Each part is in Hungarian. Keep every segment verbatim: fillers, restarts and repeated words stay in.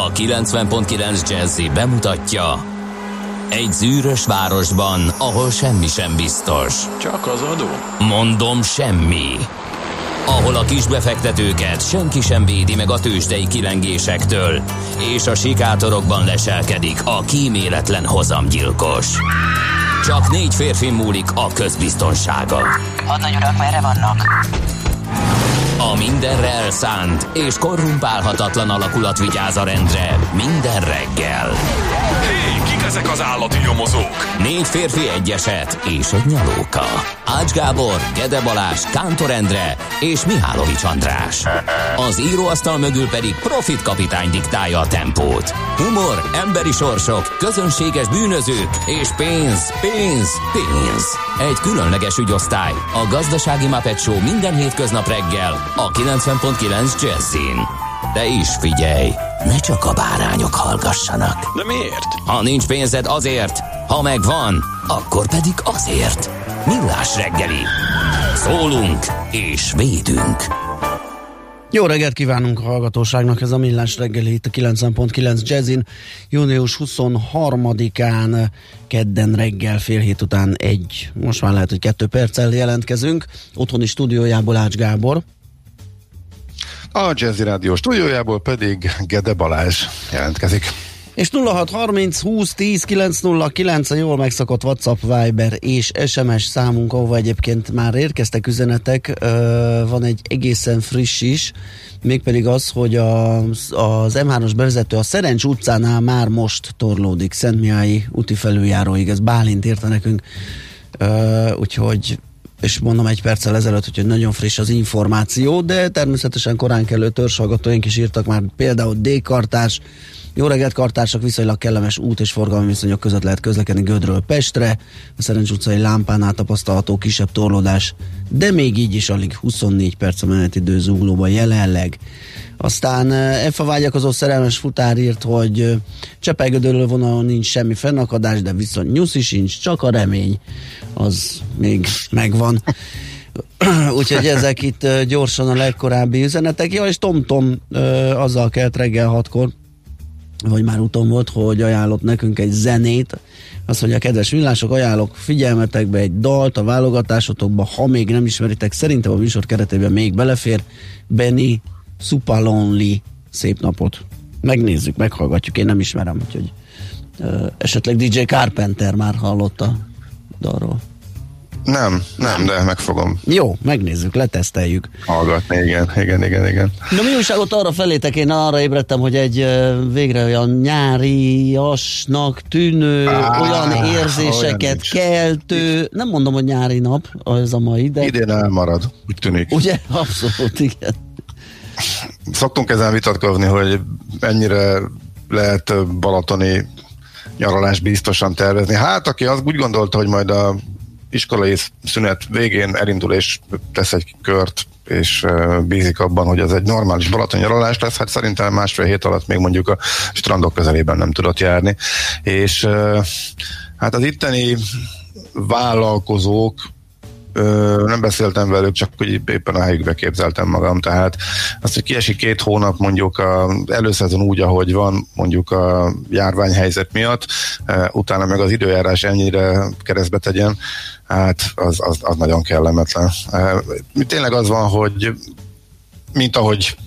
A kilencven pont kilenc Jazzy bemutatja: egy zűrös városban, ahol semmi sem biztos. Csak az adó? Mondom, semmi. Ahol a kisbefektetőket senki sem védi meg a tőzsdei kilengésektől, és a sikátorokban leselkedik a kíméletlen hozamgyilkos. Csak négy férfi múlik a közbiztonsága. Hadnagy urak, merre vannak? A mindenre elszánt és korrumpálhatatlan alakulat vigyáz a rendre minden reggel. Hé, kik ezek az állati nyomozók? Négy férfi, egy eset és egy nyalóka. Ács Gábor, Gede Balázs, Kántor Endre és Mihálovics András. Az íróasztal mögül pedig Profit kapitány diktálja a tempót. Humor, emberi sorsok, közönséges bűnözők és pénz, pénz, pénz. Egy különleges ügyosztály, a Gazdasági Muppet Show minden hétköznap reggel a kilencven pont kilenc Jazzin. De is figyelj, ne csak a bárányok hallgassanak. De miért? Ha nincs pénzed, azért, ha megvan, akkor pedig azért. Millás reggeli. Szólunk és védünk. Jó reggelt kívánunk a hallgatóságnak, ez a Millás reggeli itt a kilencven pont kilenc Jazzin. Június huszonharmadikán kedden reggel fél hét után egy, most már lehet, hogy kettő perccel jelentkezünk. Otthoni stúdiójából Ács Gábor. A Jazzy Rádió stúdiójából pedig Gede Balázs jelentkezik. És nulla hat harminc húsz tíz kilenc nulla kilenc a jól megszokott WhatsApp, Viber és es em es számunk, ahova egyébként már érkeztek üzenetek. Van egy egészen friss is, mégpedig az, hogy az, az em hármas bevezető a Szerencs utcánál már most torlódik, Szentmihályi úti felüljáróig, ez Bálint írta nekünk, úgyhogy és mondom egy perccel ezelőtt, hogy nagyon friss az információ, de természetesen korán kelő törzshallgatóink is írtak már, például D-kartárs. Jó reggelt, kartársak, viszonylag kellemes út és forgalmi viszonyok között lehet közlekedni Gödről Pestre, a Szerencs utcai lámpánál tapasztalható kisebb torlódás, de még így is alig huszonnégy perc a menetidő Zuglóban jelenleg. Aztán F a vágyakozó szerelmes futár írt, hogy Csepel-Gödöllő vonalon nincs semmi fennakadás, de viszont nyuszi sincs, csak a remény az még megvan. Úgyhogy ezek itt gyorsan a legkorábbi üzenetek. Ja, és TomTom azzal kelt reggel hatkor, vagy már úton volt, hogy ajánlott nekünk egy zenét. Azt mondja, kedves villások, ajánlok figyelmetekbe egy dalt a válogatásotokba, ha még nem ismeritek, szerintem a műsor keretében még belefér. Benny Supalonli, szép napot. Megnézzük, meghallgatjuk, én nem ismerem, úgyhogy ö, esetleg dé dzsé Carpenter már hallott a dalról. Nem, nem, de megfogom. Jó, megnézzük, leteszteljük. Hallgatni, igen, igen, igen, igen. Na mi újságot arra felétek, én arra ébredtem, hogy egy végre olyan nyáriasnak tűnő, Á, olyan érzéseket olyan keltő, nem mondom, hogy nyári nap, az a mai, de... Idén elmarad, úgy tűnik. Ugye? Abszolút, igen. Szoktunk ezen vitatkozni, hogy ennyire lehet balatoni nyaralást biztosan tervezni. Hát, aki azt úgy gondolta, hogy majd a iskolai szünet végén elindul és tesz egy kört, és uh, bízik abban, hogy ez egy normális balatoni nyaralás lesz, hát szerintem másfél hét alatt még mondjuk a strandok közelében nem tudott járni. És uh, hát az itteni vállalkozók, uh, nem beszéltem velük, csak hogy éppen a helyükbe képzeltem magam, tehát azt, hogy kiesik két hónap mondjuk az előszezon úgy, ahogy van, mondjuk a járványhelyzet miatt, uh, utána meg az időjárás ennyire keresztbe tegyen, hát az, az, az nagyon kellemetlen. Tényleg az van, hogy mint ahogy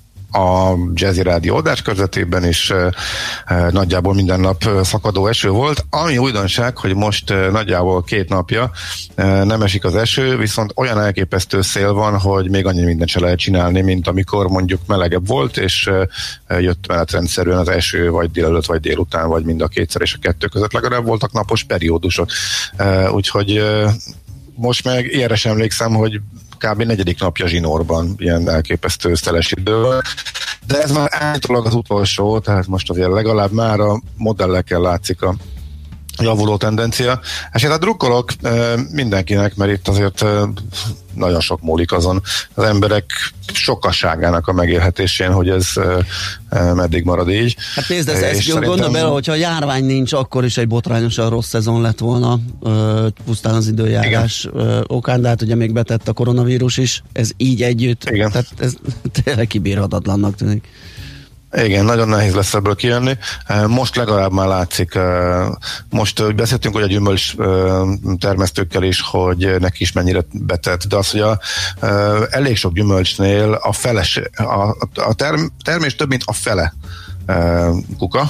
a Jazzy Rádió adás körzetében is nagyjából minden nap szakadó eső volt. Ami újdonság, hogy most nagyjából két napja nem esik az eső, viszont olyan elképesztő szél van, hogy még annyi mindent se lehet csinálni, mint amikor mondjuk melegebb volt, és jött menetrendszerűen az eső, vagy délelőtt, vagy délután, vagy mind a kétszer és a kettő között legalább voltak napos periódusok. Úgyhogy most meg ilyenre sem emlékszem, hogy kb. Negyedik napja zsinórban ilyen elképesztő szeles idővel. De ez már állítólag az utolsó, tehát most azért legalább már a modellekkel látszik a javuló tendencia. És hát drukkolok mindenkinek, mert itt azért nagyon sok múlik azon az emberek sokasságának a megélhetésén, hogy ez meddig marad így. Hát nézd, ez, ezt szerintem... gondolj bele, hogyha a járvány nincs, akkor is egy botrányosan rossz szezon lett volna, pusztán az időjárás Igen. okán, de hát ugye még betett a koronavírus is, ez így együtt, Igen. tehát ez tényleg kibírhatatlannak tűnik. Igen, nagyon nehéz lesz ebből kijönni. Most legalább már látszik, most beszéltünk, hogy a gyümölcs termesztőkkel is, hogy neki is mennyire betett, de az, hogy a, elég sok gyümölcsnél a, feles, a, a term, termés több, mint a fele kuka.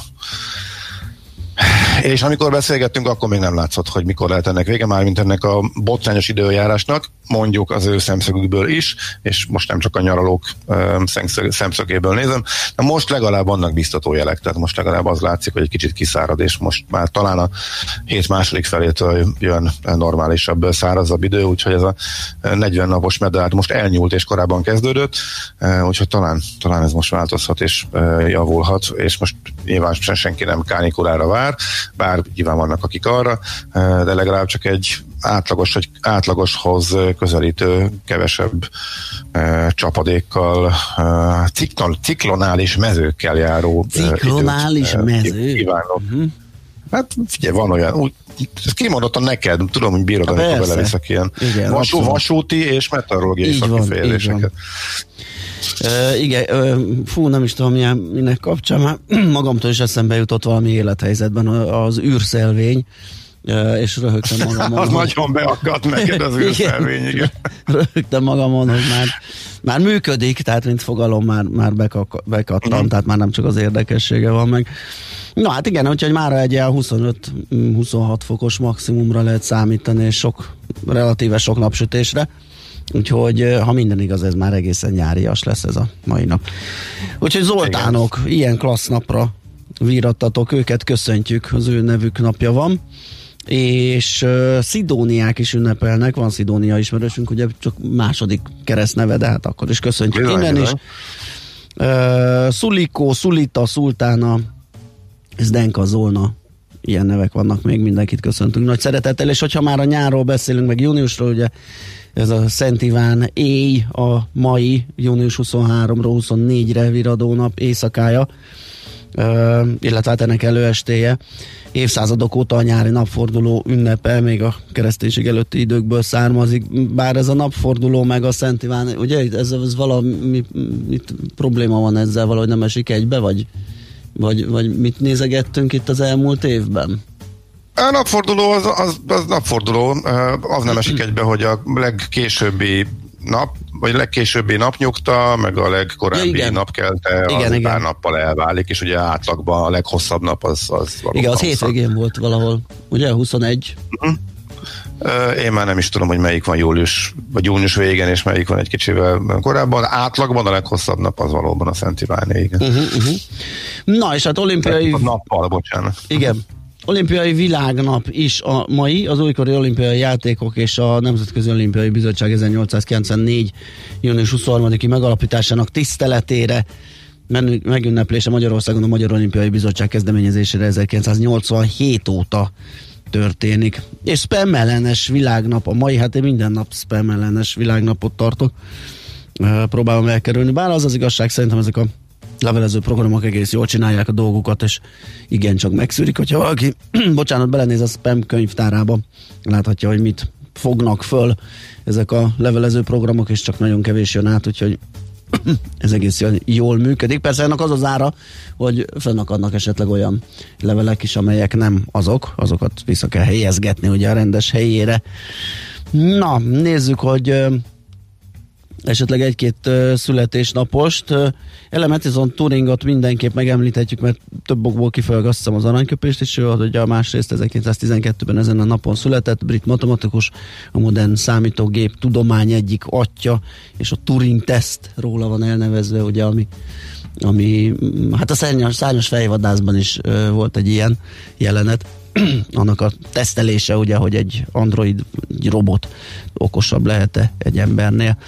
És amikor beszélgettünk, akkor még nem látszott, hogy mikor lehet ennek vége, mármint ennek a botrányos időjárásnak, mondjuk az ő szemszögükből is, és most nem csak a nyaralók szemszögéből nézem, de most legalább vannak biztató jelek, tehát most legalább az látszik, hogy egy kicsit kiszárad, és most már talán a hét második felétől jön normálisabb, szárazabb idő, úgyhogy ez a negyven napos medál most elnyúlt, és korábban kezdődött, úgyhogy talán, talán ez most változhat, és javulhat, és most nyilván senki nem kánikulára vár, bár nyilván vannak akik arra, de legalább csak egy átlagos, vagy átlagoshoz közelítő, kevesebb e, csapadékkal, e, ciklon, ciklonális mezőkkel járó ciklonális időt, mező? Kívánok. Uh-huh. Hát figyelj, van olyan, úgy, ezt kimondottam neked, tudom, hogy bírod, amikor beleviszek ilyen vasú, vasúti és meteorológiai szakifejezéseket. Uh, igen, uh, fú, nem is tudom, milyen, minek kapcsán, már magamtól is eszembe jutott valami élethelyzetben az űrszelvény, uh, és röhögtem magamon. Az hogy... nagyon beakadt neked az űrszelvény, igen. Röhögtem magamon, hogy már, már működik, tehát mint fogalom már, már bekak, bekattam, mm. tehát már nem csak az érdekessége van meg. Na hát igen, úgyhogy mára egy ilyen huszonöt-huszonhat fokos maximumra lehet számítani, és sok, relatíve sok napsütésre. Úgyhogy ha minden igaz, ez már egészen nyárias lesz ez a mai nap. Úgyhogy Zoltánok, igen, ilyen klassz napra vírattatok, őket köszöntjük, az ő nevük napja van. És uh, Szidóniák is ünnepelnek, van Szidónia ismerősünk, ugye csak második keresztneve, de hát akkor is köszöntjük bizony, innen bizony. is. Uh, Szulikó, Szulita, Szultána, Zdenka, Zolna, ilyen nevek vannak még, mindenkit köszöntünk nagy szeretettel, és hogyha már a nyárról beszélünk, meg júniusról, ugye ez a Szent Iván éj, a mai június huszonharmadikától huszonnégyedikre viradó nap éjszakája, uh, illetve hát ennek előestéje. Évszázadok óta a nyári napforduló ünnepe, még a kereszténység előtti időkből származik, bár ez a napforduló meg a Szent Iván, ugye ez, ez valami itt probléma van ezzel, valahogy nem esik egybe, vagy, vagy, vagy mit nézegettünk itt az elmúlt évben? A napforduló az, az, az napforduló, az nem esik egybe, hogy a legkésőbbi nap, vagy legkésőbbi napnyugta, meg a legkorábbi ja, napkelte, az igen, pár igen. nappal elválik, és ugye átlagban a leghosszabb nap az, az igen, az hétvégén volt valahol, ugye huszonegy? Uh-huh. Én már nem is tudom, hogy melyik van július, vagy június végén, és melyik van egy kicsivel korábban. Átlagban a leghosszabb nap az valóban a Szent Iváné, igen. Uh-huh, uh-huh. Na, és hát olimpiai... A nappal, bocsánat. Igen. Olimpiai világnap is a mai, az újkori olimpiai játékok és a Nemzetközi Olimpiai Bizottság ezernyolcszázkilencvennégy. június huszonharmadiki megalapításának tiszteletére, megünneplése Magyarországon a Magyar Olimpiai Bizottság kezdeményezésére ezerkilencszáznyolcvanhét óta történik. És spam ellenes világnap a mai, hát én minden nap spam ellenes világnapot tartok. Próbálom elkerülni, bár az az igazság, szerintem ezek a levelező programok egész jól csinálják a dolgukat, és igencsak megszűrik, hogyha valaki, bocsánat, belenéz a spam könyvtárába, láthatja, hogy mit fognak föl ezek a levelező programok, és csak nagyon kevés jön át, úgyhogy ez egész jól működik. Persze ennek az az ára, hogy fennakadnak esetleg olyan levelek is, amelyek nem azok, azokat vissza kell helyezgetni ugye a rendes helyére. Na, nézzük, hogy esetleg egy-két uh, születésnapost. Uh, Ellen Mattison Turingot mindenképp megemlíthetjük, mert több okból kifolyag, azt hiszem, az aranyköpést is, ő hogy a másrészt ezerkilencszáztizenkettőben ezen a napon született, brit matematikus, a modern számítógép tudomány egyik atya, és a Turing-teszt róla van elnevezve, ugye, ami, ami hát a szárnyas, szárnyas fejvadászban is uh, volt egy ilyen jelenet, annak a tesztelése, ugye, hogy egy android, egy robot okosabb lehet-e egy embernél.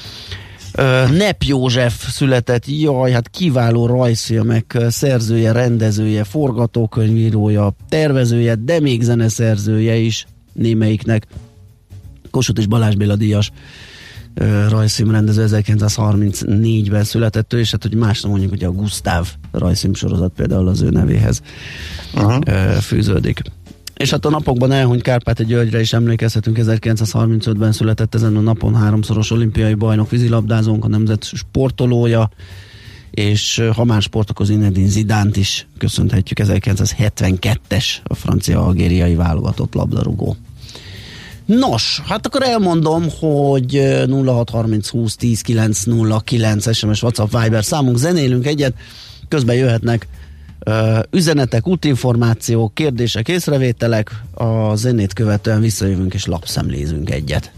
Uh, Nepp József született, jaj, hát kiváló rajzfilmek szerzője, rendezője, forgatókönyvírója, tervezője, de még zeneszerzője is némelyiknek. Kossuth és Balázs Béla díjas uh, rajzfilmrendező, ezerkilencszázharmincnégyben született ő, és hát, hogy más nem mondjuk, ugye a Gusztáv rajzfilmsorozat például az ő nevéhez uh-huh. uh, fűződik. És hát a napokban elhunyt Kárpáti Györgyre is emlékezhetünk, ezerkilencszázharmincötben született ezen a napon háromszoros olimpiai bajnok, vízilabdázónk, a nemzet sportolója, és ha már sportok, az Zinedine Zidánt is köszönhetjük, ezerkilencszázhetvenkettes a francia-algériai válogatott labdarúgó. Nos, hát akkor elmondom, hogy nulla hat harminc húsz tíz kilenc nulla kilenc es em es, WhatsApp, Viber számunk, zenélünk egyet, közben jöhetnek uh, üzenetek, útinformációk, kérdések, észrevételek, a zenét követően visszajövünk és lapszemlézünk egyet.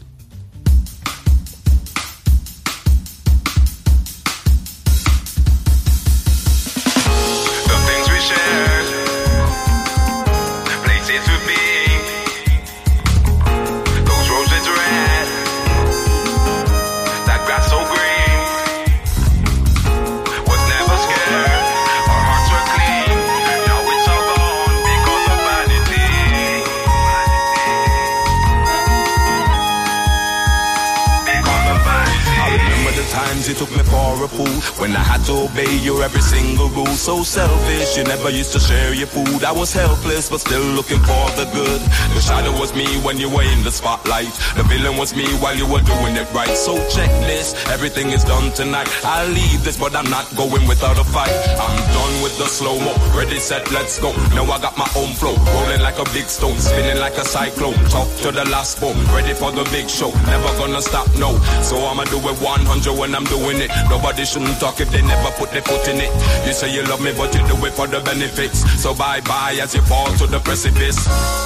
You took me for a fool when I had to obey your every single rule. So selfish, you never used to share your food. I was helpless, but still looking for the good. The shadow was me when you were in the spotlight. The villain was me while you were doing it right. So check this, everything is done tonight. I'll leave this, but I'm not going without a fight. I'm done with the slow-mo, ready, set, let's go. Now I got my own flow, rolling like a big stone, spinning like a cyclone. Talk to the last bone, ready for the big show. Never gonna stop, no. So I'ma do it one hundred when I'm doing it. Nobody shouldn't talk if they never put their foot in it. You say you love me, but you do it for the benefits. So bye-bye as you fall to the precipice.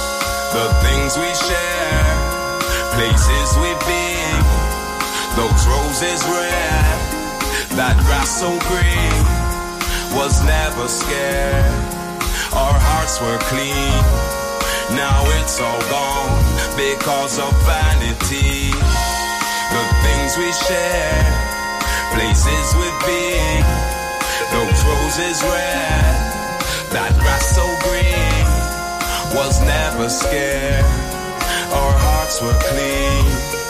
The things we share, places we've been, those roses red, that grass so green, was never scared. Our hearts were clean, now it's all gone because of vanity. The things we share, places we've been, those roses red, that grass so green, was never scared. Our hearts were clean,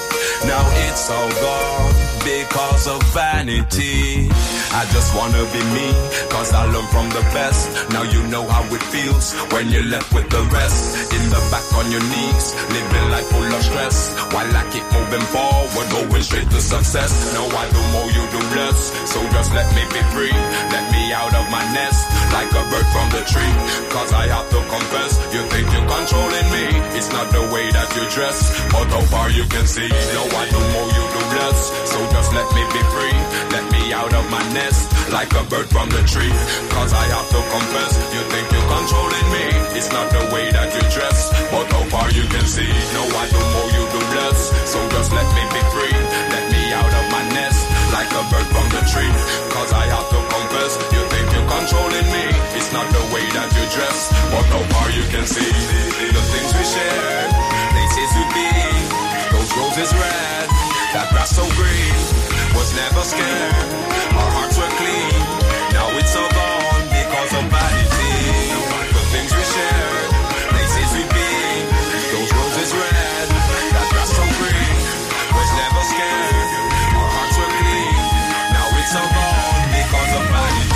now it's all gone because of vanity. I just wanna be me, cause I learned from the best. Now you know how it feels when you're left with the rest. In the back on your knees, living life full of stress, while I keep moving forward, going straight to success. No, I do more, you do less, so just let me be free. Let me out of my nest, like a bird from the tree. Cause I have to confess, you think you're controlling me. It's not the way that you dress, but how far you can see. No, I do more, you do less, so just let me be free. Let me out of my nest, like a bird from the tree. Cause I have to confess, you think you're controlling me. It's not the way that you dress, but how far you can see. No, I do more, you do less, so just let me be free. Let me out of my nest, like a bird from the tree. Cause I have to confess, you think you're controlling me. It's not the way that you dress, but how far you can see. The things we share, places we be, those roses red, that grass so green, was never scared. Our hearts were clean, now it's all gone because of vanity. The things we share, places we be, those roses red, that grass so green, was never scared. Our hearts were clean, now it's all gone because of vanity.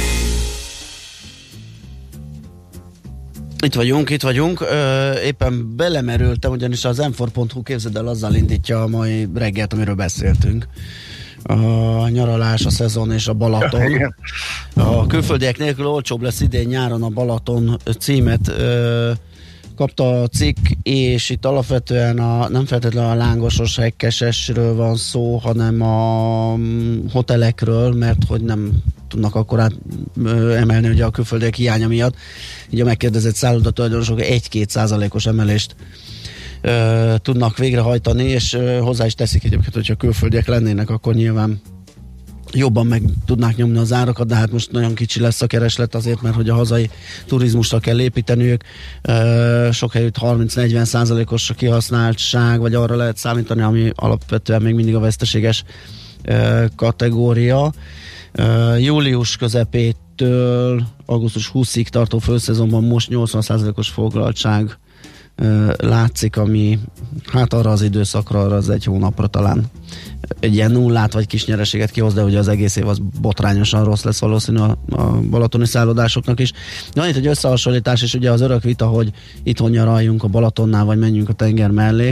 Itt vagyunk, itt vagyunk. Ö, éppen belemerültem, ugyanis az em négy pont hu, képzeld el, azzal indítja a mai reggelt, amiről beszéltünk. A nyaralás, a szezon és a Balaton. A külföldiek nélkül olcsóbb lesz idén nyáron a Balaton címet ö, kapta a cikk, és itt alapvetően a, nem feltétlenül a lángosos hekkesesről van szó, hanem a hotelekről, mert hogy nem tudnak akkor át ö, emelni ugye a külföldiek hiánya miatt. Így a megkérdezett szállodatulajdonosok egy-két százalékos emelést ö, tudnak végrehajtani, és ö, hozzá is teszik egyébként, hogyha külföldiek lennének, akkor nyilván jobban meg tudnák nyomni az árakat, de hát most nagyon kicsi lesz a kereslet azért, mert hogy a hazai turizmusra kell építeniük. Ö, sok helyütt harminc-negyven százalékos a kihasználtság, vagy arra lehet számítani, ami alapvetően még mindig a veszteséges ö, kategória. Uh, július közepétől augusztus huszadikáig tartó főszezonban most nyolcvan százalékos foglaltság uh, látszik, ami hát arra az időszakra, arra az egy hónapra talán egy ilyen nullát vagy kis nyereséget kihoz, de ugye az egész év az botrányosan rossz lesz valószínű a, a balatoni szállodásoknak is. Van itt egy összehasonlítás, és ugye az örök vita, hogy itthon nyaraljunk a Balatonnál, vagy menjünk a tenger mellé,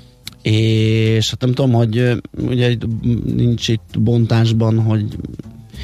és hát nem tudom, hogy ugye nincs itt bontásban, hogy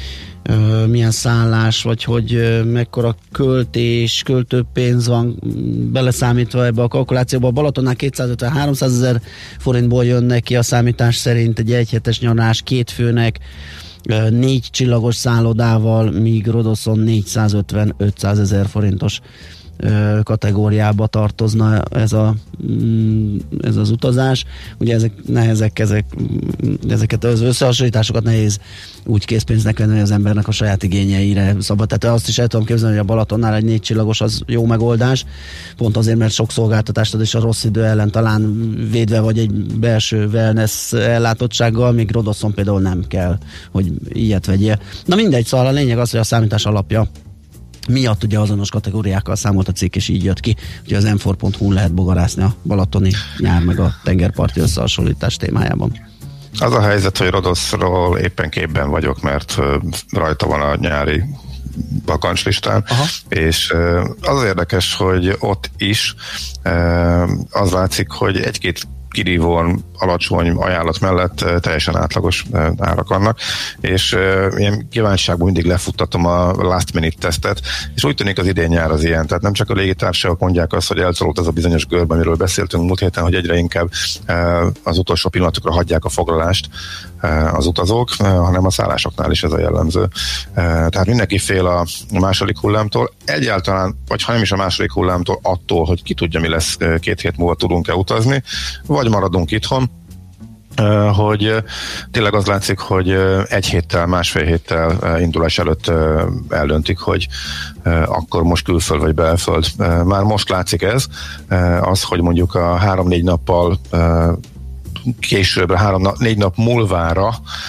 milyen szállás, vagy hogy mekkora költés, költőpénz van beleszámítva ebbe a kalkulációba. A Balatonnál kétszázötven-háromszázezer forintból jön neki a számítás szerint egy egyhetes nyaralás két főnek, négy csillagos szállodával, míg Rodoszon négyszázötven-ötszázezer forintos kategóriába tartozna ez, a, ez az utazás. Ugye ezek nehezek, ezek, ezeket az összehasonlításokat nehéz úgy készpénznek venni, hogy az embernek a saját igényeire szabad. Tehát azt is el tudom képzelni, hogy a Balatonnál egy négy csillagos az jó megoldás, pont azért, mert sok szolgáltatást ad, és a rossz idő ellen talán védve vagy egy belső wellness ellátottsággal, még Rodoszon például nem kell, hogy ilyet vegyél. Na mindegy, szóval a lényeg az, hogy a számítás alapja miatt ugye azonos kategóriákkal számolt a cikk, és így jött ki. Ugye az em négy pont hu-n lehet bogarászni a balatoni nyár meg a tengerparti összehasonlítás témájában. Az a helyzet, hogy Rodoszról éppen képben vagyok, mert rajta van a nyári bakancslistán, és az érdekes, hogy ott is az látszik, hogy egy-két kirívóan alacsony ajánlat mellett teljesen átlagos árak vannak, és ilyen kíváncsiságból mindig lefuttatom a last minute tesztet, és úgy tűnik az idén nyár az ilyen, tehát nem csak a légitársaságok mondják azt, hogy eltolódott az a bizonyos görbe, amiről beszéltünk múlt héten, hogy egyre inkább az utolsó pillanatokra hagyják a foglalást az utazók, hanem a szállásoknál is ez a jellemző. Tehát mindenki fél a második hullámtól, egyáltalán, vagy ha nem is a második hullámtól, attól, hogy ki tudja, mi lesz két hét múlva, tudunk-e utazni, vagy maradunk itthon, hogy tényleg az látszik, hogy egy héttel, másfél héttel indulás előtt eldöntik, hogy akkor most külföld vagy belföld. Már most látszik ez, az, hogy mondjuk a három-négy nappal későbbre, három-négy nap múlvára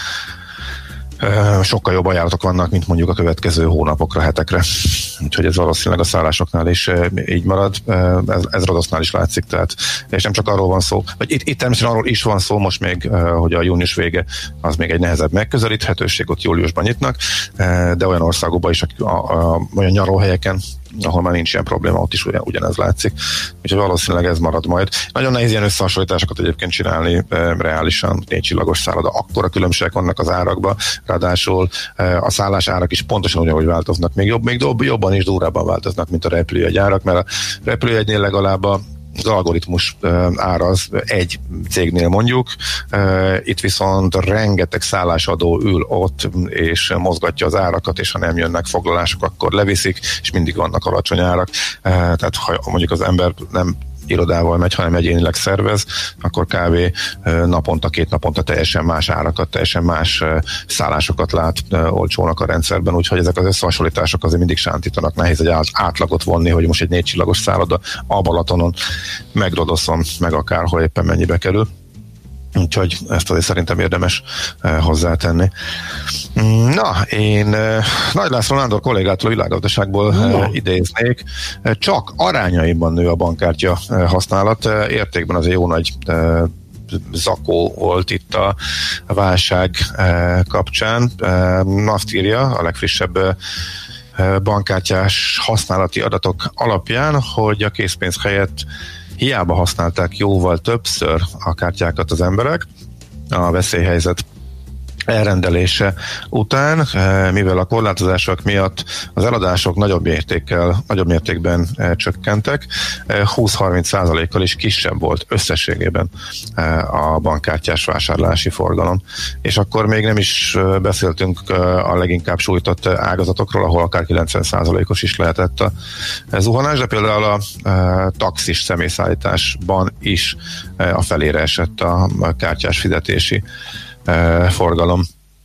sokkal jobb ajánlatok vannak, mint mondjuk a következő hónapokra, hetekre. Úgyhogy ez valószínűleg a szállásoknál is így marad. Ez, ez Rodosznál is látszik, tehát, és nem csak arról van szó, vagy itt, itt természetesen arról is van szó most még, hogy a június vége az még egy nehezebb megközelíthetőség, ott júliusban nyitnak, de olyan országokban is, a, a, olyan nyaróhelyeken, ahol már nincs ilyen probléma, ott is ugyan, ugyanez látszik. Úgyhogy valószínűleg ez marad majd. Nagyon nehéz ilyen összehasonlításokat egyébként csinálni e, reálisan, négy csillagos szálloda. Akkora különbségek vannak az árakban, ráadásul e, a szállás árak is pontosan ugyanúgy változnak. Még, jobb, még jobb, jobban és durvábban változnak, mint a repülőjegy árak, mert a repülőjegynél legalább a az algoritmus áraz egy cégnél mondjuk, itt viszont rengeteg szállásadó ül ott, és mozgatja az árakat, és ha nem jönnek foglalások, akkor leviszik, és mindig vannak alacsony árak. Tehát ha mondjuk az ember nem irodával megy, hanem egyénileg szervez, akkor kávé naponta, két naponta teljesen más árakat, teljesen más szállásokat lát olcsónak a rendszerben, úgyhogy ezek az összehasonlítások azért mindig sántítanak, nehéz egy átlagot vonni, hogy most egy négy csillagos szálloda a Balatonon, meg Rodoszon, meg akárhol éppen mennyibe kerül. Úgyhogy ezt azért szerintem érdemes eh, hozzátenni. Na, én eh, Nagy László Nándor kollégától a Világgazdaságból eh, idéznék. Eh, csak arányaiban nő a bankkártya eh, használat. Eh, értékben azért jó nagy eh, zakó volt itt a válság eh, kapcsán. Eh, azt írja a legfrissebb eh, bankkártyás használati adatok alapján, hogy a készpénz helyett hiába használták jóval többször a kártyákat az emberek a veszélyhelyzet elrendelése után, mivel a korlátozások miatt az eladások nagyobb mértékkel, nagyobb mértékben csökkentek, húsz-harminc százalékkal is kisebb volt összességében a bankkártyás vásárlási forgalom. És akkor még nem is beszéltünk a leginkább sújtott ágazatokról, ahol akár kilencven százalékos is lehetett a zuhanás, de például a taxis személyszállításban is a felére esett a kártyás fizetési forgalom.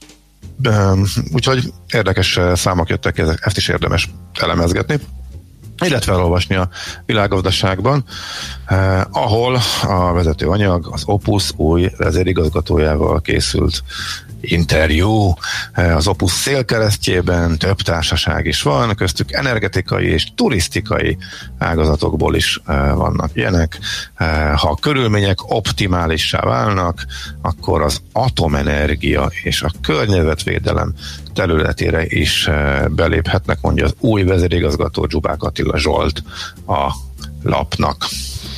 Úgyhogy érdekes számok jöttek, ezt is érdemes elemezgetni, illetve elolvasni a Világgazdaságban, eh, ahol a vezető anyag az Opus új vezérigazgatójával készült interjú. Az Opus szélkeresztjében több társaság is van, köztük energetikai és turisztikai ágazatokból is vannak ilyenek. Ha a körülmények optimálissá válnak, akkor az atomenergia és a környezetvédelem területére is beléphetnek, mondja az új vezérigazgató Dzsubák Attila Zsolt a lapnak.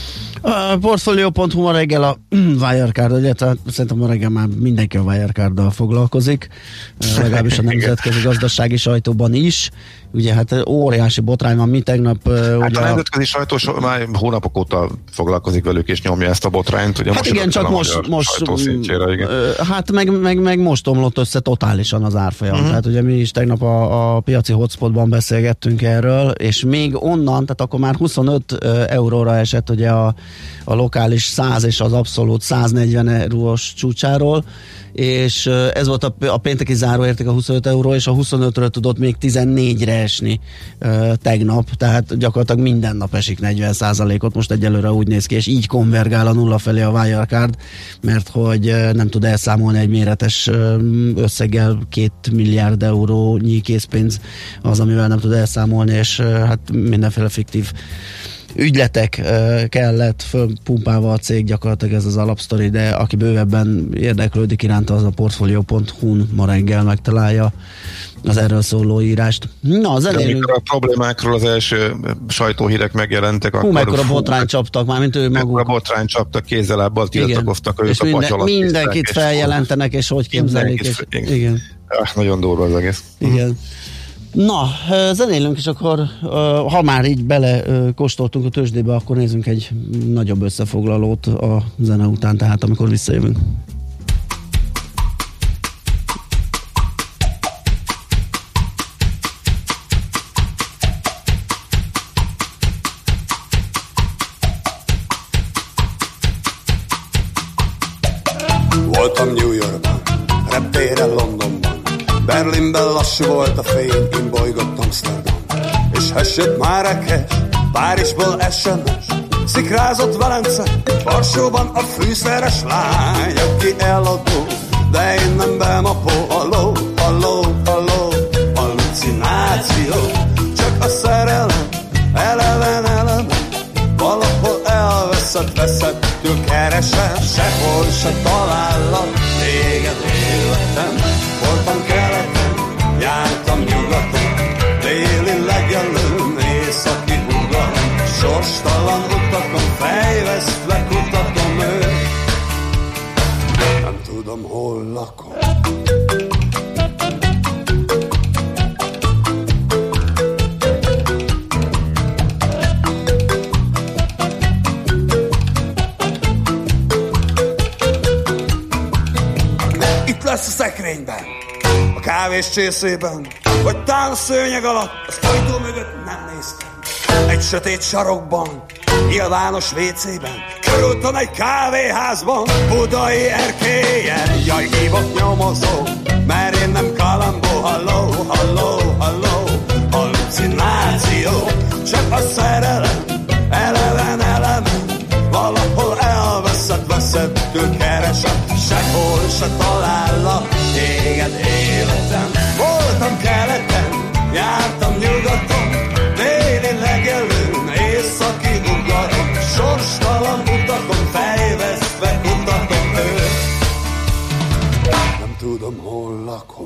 A portfolio pont hu ma reggel a Wirecard, illetve szerintem ma reggel már mindenki a Wirecarddal foglalkozik, legalábbis a nemzetközi gazdasági sajtóban is. Ugye hát óriási botrány van, mi tegnap... Hát ugye a nemzetközi sajtó so, már hónapok óta foglalkozik velük és nyomja ezt a botrányt. Ugye hát most igen, csak most, most igen. hát meg, meg, meg most omlott össze totálisan az árfolyam. Uh-huh. Tehát ugye mi is tegnap a, a piaci hotspotban beszélgettünk erről, és még onnan, tehát akkor már huszonöt euróra esett ugye a, a lokális száz és az abszolút száznegyven eurós csúcsáról, és ez volt a, a pénteki záróérték a huszonöt euró, és a huszonötről tudott még tizennégyre esni uh, tegnap, tehát gyakorlatilag minden nap esik negyven százalékot, most egyelőre úgy néz ki, és így konvergál a nulla felé a Wirecard, mert hogy uh, nem tud elszámolni egy méretes uh, összeggel, két milliárd eurónyi készpénz az, amivel nem tud elszámolni, és uh, hát mindenféle fiktív ügyletek uh, kellett fölpumpálva a cég, gyakorlatilag ez az alapsztori, de aki bővebben érdeklődik iránta, az a portfolio pont hu-n ma reggel megtalálja az erről szóló írást. Na, zenélünk. Amikor a problémákról az első sajtóhírek megjelentek, hú, akkor mekkora botrány csaptak, mármint ő maguk. Mekkora botrány csaptak, kézzel-lábbal tiltakoztak, ők a minden, pacsalat. mindenkit feljelentenek, és hogy képzelik. És, igen. igen. Ah, nagyon durva az egész. Igen. Na, zenélünk, és akkor ha már így bele kóstoltunk a tőzsdébe, akkor nézzünk egy nagyobb összefoglalót a zene után, tehát amikor visszajövünk. Voltam New Yorkban, reptéren Londonban, Berlinben lassú volt a fény, én bolygott Amsterdam, és hessett Márekes, Párizsból es em es, szikrázott Velence, Varsóban a fűszeres lány, aki eladó, de én nem bemapó, halló, halló, halló, hallucináció, csak a szerelem, eleven, eleven, valahol elveszett, veszettől keresem, sehol se talállak, téged életem, voltam keleten, jártam nyugaton, déli legelőn, északi ugaton, sorstalan utakon, fejvesztve kutatom őt, nem tudom, hol lakom. Lesz a szekrényben, a kávés csészében, vagy tán a szőnyeg alatt, az ajtó mögött nem néztem. Egy sötét sarokban, nyilvános vécében, körültem egy kávéházban, budai erkélyen. Jaj, hívott nyomozó, mert én nem kalambó, halló, halló, halló, hallucináció, csak a szerelem, eleven, eleven, valahol elveszett, veszettől keresem, sehol se talállak, téged életem. Voltam keleten, jártam nyugaton, déli legelőn, északi ugaton, sorstalan utakon, fejvesztve kutatom őt. Nem tudom, hol lakom.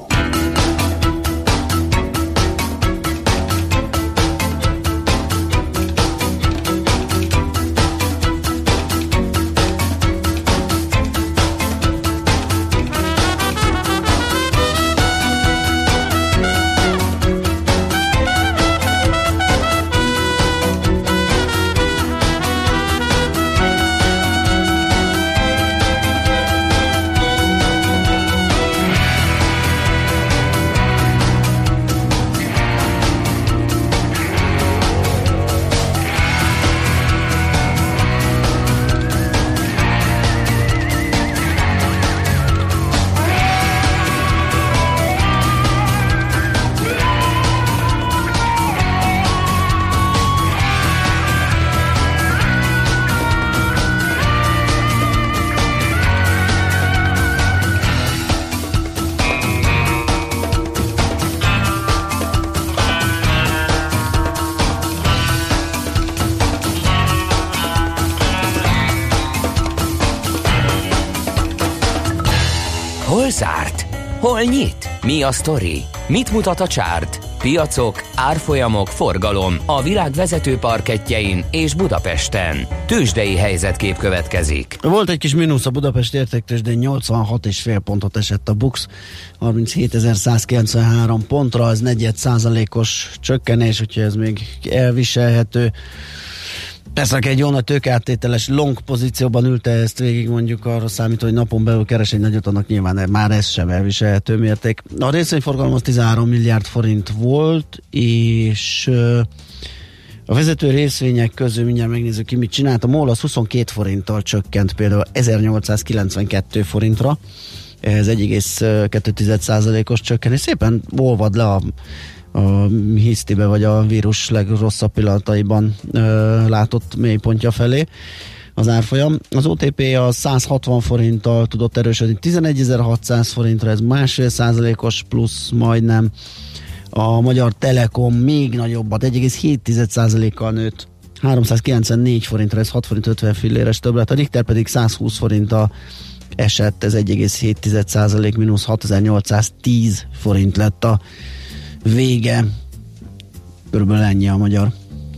Hol zárt? Hol nyit? Mi a sztori? Mit mutat a csárt? piacok, árfolyamok, forgalom a világ vezető parkettjein és Budapesten. Tőzsdei helyzetkép következik. Volt egy kis mínusz a Budapest értéktőzsdén, nyolcvanhat egész öt pontot esett a BUX, harminchét.százkilencvenhárom pontra, ez negyed százalékos csökkenés, úgyhogy ez még elviselhető. Persze, egy jó nagy tőkeáttételes long pozícióban ülte ezt végig, mondjuk arra számít, hogy napon belül keres egy nagyot, annak nyilván már ez sem elviselhető mérték. A részvényforgalom az tizenhárom milliárd forint volt, és a vezető részvények közül mindjárt megnézzük ki, mit csinált. A MOL az huszonkét forinttal csökkent például ezernyolcszázkilencvenkettő forintra, ez egy egész kettő százalékos csökkenés. Szépen olvad le a a hisztibe vagy a vírus legrosszabb pillanataiban ö, látott mélypontja felé az árfolyam. Az o té pé a száz hatvan forinttal tudott erősödni tizenegyezer-hatszáz forintra, ez másfél százalékos plusz majdnem. A Magyar Telekom még nagyobbat, egy egész hét százalékkal nőtt háromszázkilencvennégy forintra, ez hat forint ötven filléres többlet. A Richter pedig száz húsz forinttal esett, ez egy egész hét százalék mínusz hatezer-nyolcszáztíz forint lett a vége. Körülbelül ennyi a magyar.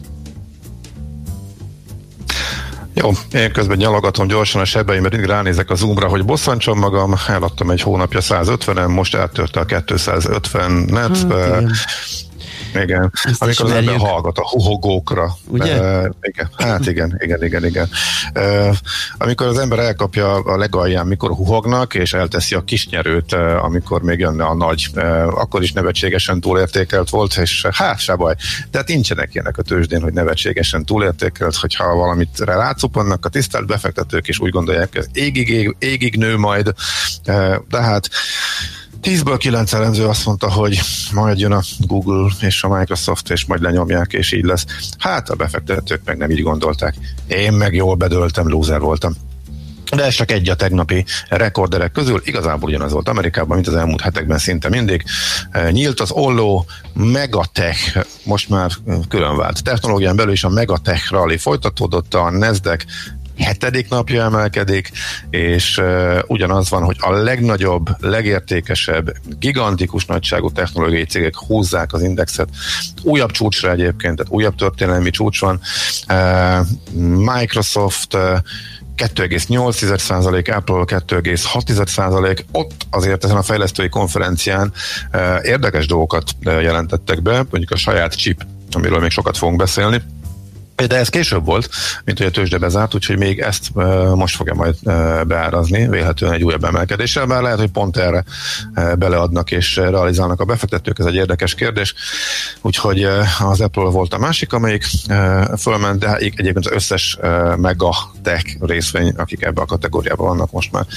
Jó, én közben nyalogatom gyorsan a sebeimet, mindig ránézek a Zoomra, hogy bosszantsam magam, eladtam egy hónapja százötvenen, most áttörte a kétszázötvenet. Hmm, igen, ezt amikor az ember hallgat a huhogókra. Ugye? Uh, igen, hát igen, igen, igen, igen. Uh, amikor az ember elkapja a legalján, mikor huhognak, és elteszi a kisnyerőt, uh, amikor még jönne a nagy, uh, akkor is nevetségesen túlértékelt volt, és uh, hát se baj. Tehát nincsenek ilyenek a tőzsdén, hogy nevetségesen túlértékelt, hogyha valamit rácupannak a tisztelt befektetők, és úgy gondolják, hogy égig, ég, égig nő majd. Uh, de hát tízből kilenc elemző azt mondta, hogy majd jön a Google és a Microsoft, és majd lenyomják, és így lesz. Hát a befektetők meg nem így gondolták. Én meg jól bedöltem, lúzer voltam. De ez csak egy a tegnapi rekorderek közül, igazából ugyanaz volt Amerikában, mint az elmúlt hetekben szinte mindig. Nyílt az olló, Megatech, most már külön vált. Technológián belül is a Megatech rally folytatódott, a Nasdaq hetedik napja emelkedik, és uh, ugyanaz van, hogy a legnagyobb, legértékesebb, gigantikus nagyságú technológiai cégek húzzák az indexet. Újabb csúcsra egyébként, tehát újabb történelmi csúcs van. Uh, Microsoft uh, kettő egész nyolc százalék, Apple kettő egész hat százalék, ott azért ezen a fejlesztői konferencián uh, érdekes dolgokat uh, jelentettek be, mondjuk a saját chip, amiről még sokat fogunk beszélni. De ez később volt, mint hogy a tőzsde bezárt, úgyhogy még ezt uh, most fogja majd uh, beárazni, vélhetően egy újabb emelkedéssel, bár lehet, hogy pont erre uh, beleadnak és uh, realizálnak a befektetők, ez egy érdekes kérdés, úgyhogy uh, az Apple volt a másik, amelyik uh, fölment, de egyébként az összes uh, Megatech részvény, akik ebbe a kategóriában vannak most már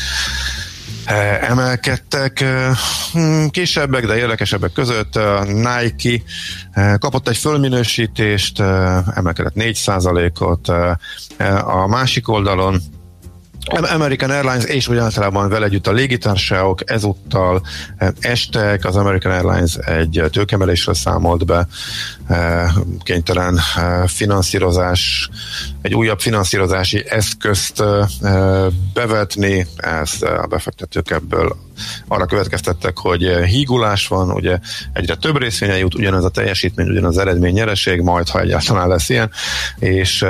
emelkedtek, kisebbek, de érdekesebbek között. Nike kapott egy fölminősítést, emelkedett négy százalékot, a másik oldalon American Airlines és úgy általában vele együtt a légitársaságok ezúttal estek, az American Airlines egy tőkemelésről számolt be, kénytelen finanszírozás, egy újabb finanszírozási eszközt bevetni, ez a befektetők ebből arra következtettek, hogy hígulás van, ugye egyre több részvénye jut, ugyanaz a teljesítmény, ugyanaz az eredmény, nyereség, majd ha egyáltalán lesz ilyen, és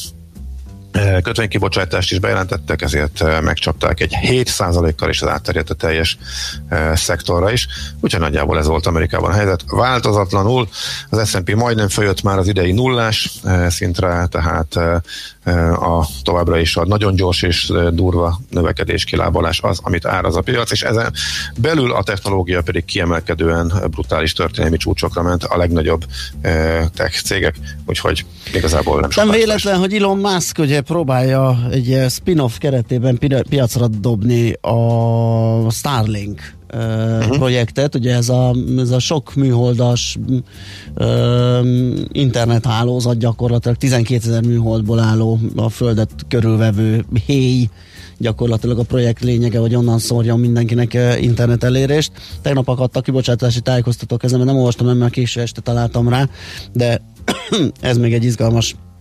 kötvénykibocsátást is bejelentettek, ezért megcsapták egy hét százalékkal, és az átterjedt a teljes e, szektorra is. Úgyhogy nagyjából ez volt Amerikában a helyzet. Változatlanul az es and pé majdnem följött már az idei nullás e, szintre, tehát e, a továbbra is a nagyon gyors és durva növekedés, kilábalás az, amit áraz a piac, és ezen belül a technológia pedig kiemelkedően brutális történelmi csúcsokra ment, a legnagyobb e, tech cégek, úgyhogy igazából nem Nem véletlen, hogy Elon Musk ugye próbálja egy spin-off keretében pi- piacra dobni a Starlink uh-huh. projektet, ugye ez a, ez a sok műholdas uh, internethálózat, gyakorlatilag tizenkétezer műholdból álló, a földet körülvevő héj, gyakorlatilag a projekt lényege, hogy onnan szórjon mindenkinek uh, internet elérést. Tegnap akadtak kibocsátási tájékoztatók ezen, mert nem olvastam, mert késő este találtam rá, de ez még egy izgalmas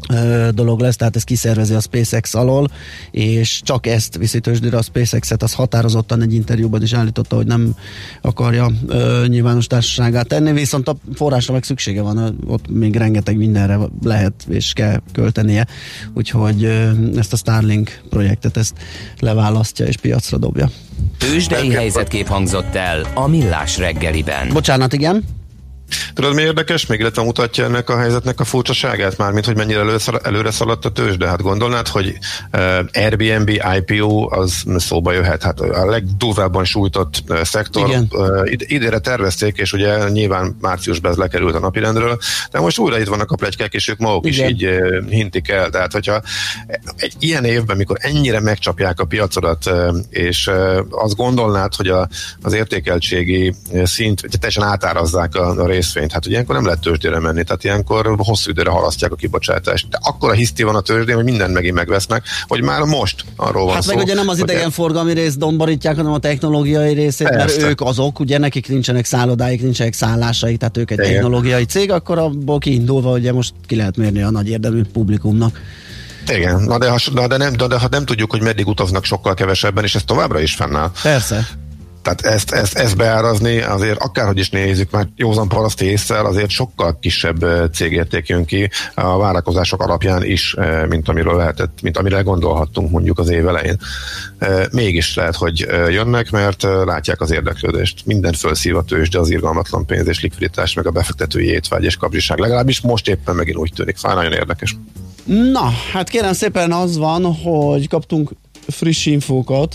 dolog lesz, tehát ez kiszervezi a SpaceX alól, és csak ezt viszi tőzsdére. A SpaceX-et az határozottan egy interjúban is állította, hogy nem akarja ö, nyilvános társaságát tenni, viszont a forrásra meg szüksége van, ott még rengeteg mindenre lehet és kell költenie, úgyhogy ö, ezt a Starlink projektet ezt leválasztja és piacra dobja. Tőzsdei helyzetkép hangzott el a Millás reggeliben. Bocsánat, igen? Tudod, mi érdekes? Még illetve mutatja ennek a helyzetnek a furcsaságát, mármint, hogy mennyire először, előre szaladt a tőzsde. Hát gondolnád, hogy uh, Airbnb I P O az szóba jöhet. Hát a legdurvábban sújtott uh, szektor. Uh, id- idére tervezték, és ugye nyilván márciusban ez lekerült a napirendről, de most újra itt vannak a pletykák, és ők maguk Igen. is így uh, hintik el. Tehát, hogyha egy ilyen évben, mikor ennyire megcsapják a piacodat, uh, és uh, azt gondolnád, hogy a, az értékeltségi szint, teljesen átárazzák a, a részvényt. Hát ugye ilyenkor nem lehet tőzsdére menni, tehát ilyenkor hosszú időre halasztják a kibocsátást. De akkora hiszti van a tőzsdén, hogy mindent megint megvesznek, hogy már most arról van hát szó. Hát meg ugye nem az idegenforgalmi részt domborítják, hanem a technológiai részét, Persze. mert ők azok, ugye nekik nincsenek szállodáik, nincsenek szállásaik, tehát ők egy Igen. technológiai cég, akkor abból kiindulva ugye most ki lehet mérni a nagy érdemű publikumnak. Igen, na de, ha, na de, nem, de, de ha nem tudjuk, hogy meddig utaznak sokkal kevesebben, és ez továbbra is fennáll. Persze. Tehát ezt, ezt, ezt beárazni azért akárhogy is nézzük, már józan paraszti ésszel azért sokkal kisebb cégérték jön ki a várakozások alapján is, mint amiről lehetett, mint amire gondolhattunk mondjuk az év elején. Mégis lehet, hogy jönnek, mert látják az érdeklődést. Minden felszív a tőzsde, az irgalmatlan pénz és likviditás, meg a befektetői étvágy és kapzsiság. Legalábbis most éppen megint úgy tűnik. Fáj, nagyon érdekes. Na, hát kérem szépen az van, hogy kaptunk friss infókat,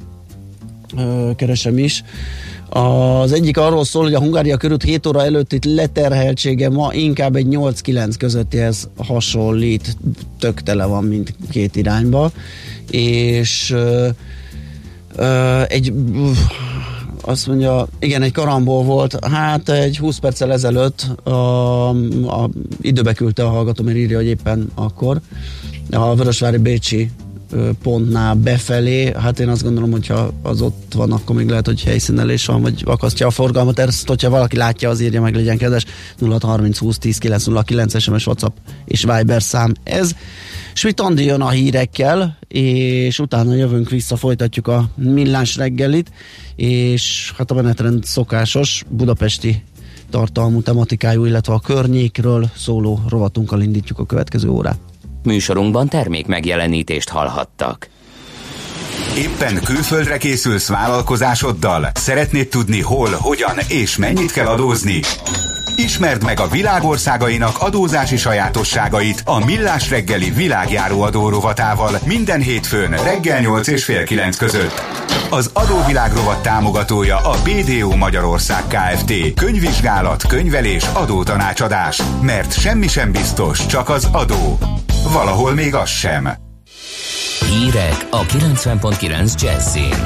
keresem is. Az egyik arról szól, hogy a Hungária körút hét óra előtti leterheltsége ma inkább egy nyolc-kilenc közöttihez hasonlít, tök tele van mind két irányba, és ö, ö, egy uh, azt mondja, igen, egy karambol volt, hát egy húsz perccel ezelőtt a, a, időbe küldte a hallgató, mert írja, hogy éppen akkor a Vörösvári Bécsi pontnál befelé, hát én azt gondolom, hogyha az ott van, akkor még lehet, hogy helyszínelés van, vagy akasztja a forgalmat. Ezt, hogyha valaki látja, az írja meg, legyen kedves. nulla harminc húsz tíz kilenc nulla kilenc es em es, WhatsApp és Viber szám ez. Schmidt Andi jön a hírekkel, és utána jövünk vissza, folytatjuk a Millás reggelit, és hát a menetrend szokásos budapesti tartalmú tematikájú, illetve a környékről szóló rovatunkkal indítjuk a következő órát. Műsorunkban termék megjelenítést hallhattak. Éppen külföldre készülsz vállalkozásoddal? Szeretnéd tudni hol, hogyan és mennyit kell adózni? Ismerd meg a világországainak adózási sajátosságait a Millás reggeli világjáró adó rovatával minden hétfőn reggel nyolc és fél kilenc között. Az adóvilág rovat támogatója a bé dé o Magyarország Kft. Könyvvizsgálat, könyvelés, adótanácsadás. Mert semmi sem biztos, csak az adó. Valahol még az sem. Hírek a kilencven pont kilenc Jazzin.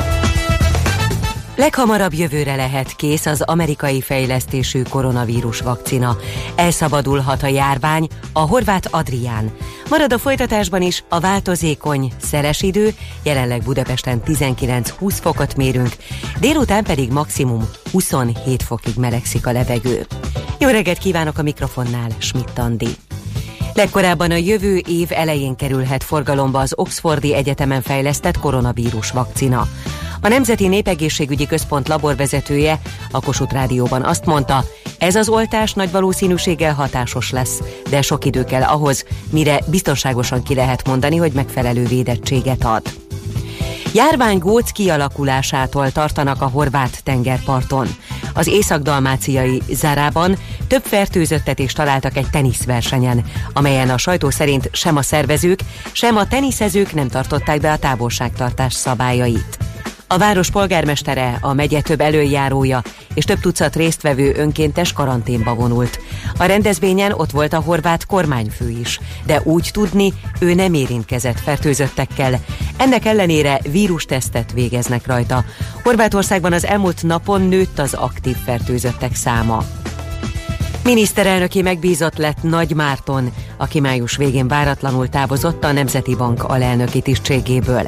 Leghamarabb jövőre lehet kész az amerikai fejlesztésű koronavírus vakcina. Elszabadulhat a járvány, a horvát Adrián. Marad a folytatásban is a változékony, szeles idő, jelenleg Budapesten tizenkilenc-húsz fokot mérünk, délután pedig maximum huszonhét fokig melegszik a levegő. Jó reggelt kívánok, a mikrofonnál Schmidt Andi. Legkorábban a jövő év elején kerülhet forgalomba az Oxfordi Egyetemen fejlesztett koronavírus vakcina. A Nemzeti Népegészségügyi Központ laborvezetője a Kossuth Rádióban azt mondta, ez az oltás nagy valószínűséggel hatásos lesz, de sok idő kell ahhoz, mire biztonságosan ki lehet mondani, hogy megfelelő védettséget ad. Járványgóc kialakulásától tartanak a horvát tengerparton. Az észak-dalmáciai Zárában több fertőzöttet is találtak egy teniszversenyen, amelyen a sajtó szerint sem a szervezők, sem a teniszezők nem tartották be a távolságtartás szabályait. A város polgármestere, a megye több elöljárója és több tucat résztvevő önkéntes karanténba vonult. A rendezvényen ott volt a horvát kormányfő is, de úgy tudni, ő nem érintkezett fertőzöttekkel. Ennek ellenére vírustesztet végeznek rajta. Horvátországban az elmúlt napon nőtt az aktív fertőzöttek száma. Miniszterelnöki megbízott lett Nagy Márton, aki május végén váratlanul távozott a Nemzeti Bank alelnöki tisztségéből.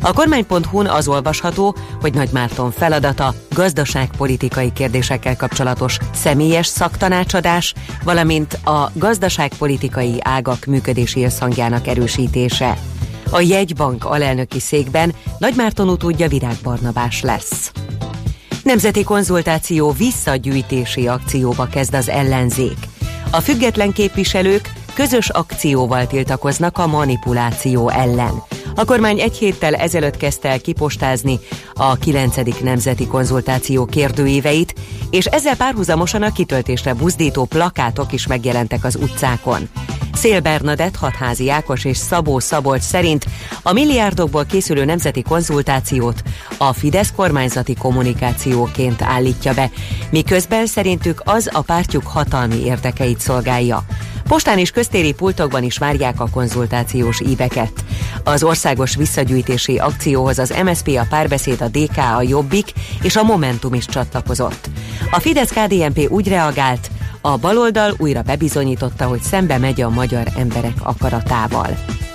A kormány pont hu-n az olvasható, hogy Nagy Márton feladata gazdaságpolitikai kérdésekkel kapcsolatos személyes szaktanácsadás, valamint a gazdaságpolitikai ágak működési összhangjának erősítése. A jegybank alelnöki székben Nagy Márton utódja Virág Barnabás lesz. Nemzeti konzultáció visszagyűjtési akcióba kezd az ellenzék. A független képviselők közös akcióval tiltakoznak a manipuláció ellen. A kormány egy héttel ezelőtt kezdte el kipostázni a kilencedik nemzeti konzultáció kérdőíveit, és ezzel párhuzamosan a kitöltésre buzdító plakátok is megjelentek az utcákon. Szél Bernadett, Hatházi Ákos és Szabó Szabolcs szerint a milliárdokból készülő nemzeti konzultációt a Fidesz kormányzati kommunikációként állítja be, miközben szerintük az a pártjuk hatalmi érdekeit szolgálja. Postán és köztéri pultokban is várják a konzultációs íveket. Az országos visszagyűjtési akcióhoz az em es zé pé, a Párbeszéd, a dé ká, a Jobbik és a Momentum is csatlakozott. A Fidesz-ká dé en pé úgy reagált, a baloldal újra bebizonyította, hogy szembe megy a magyar emberek akaratával.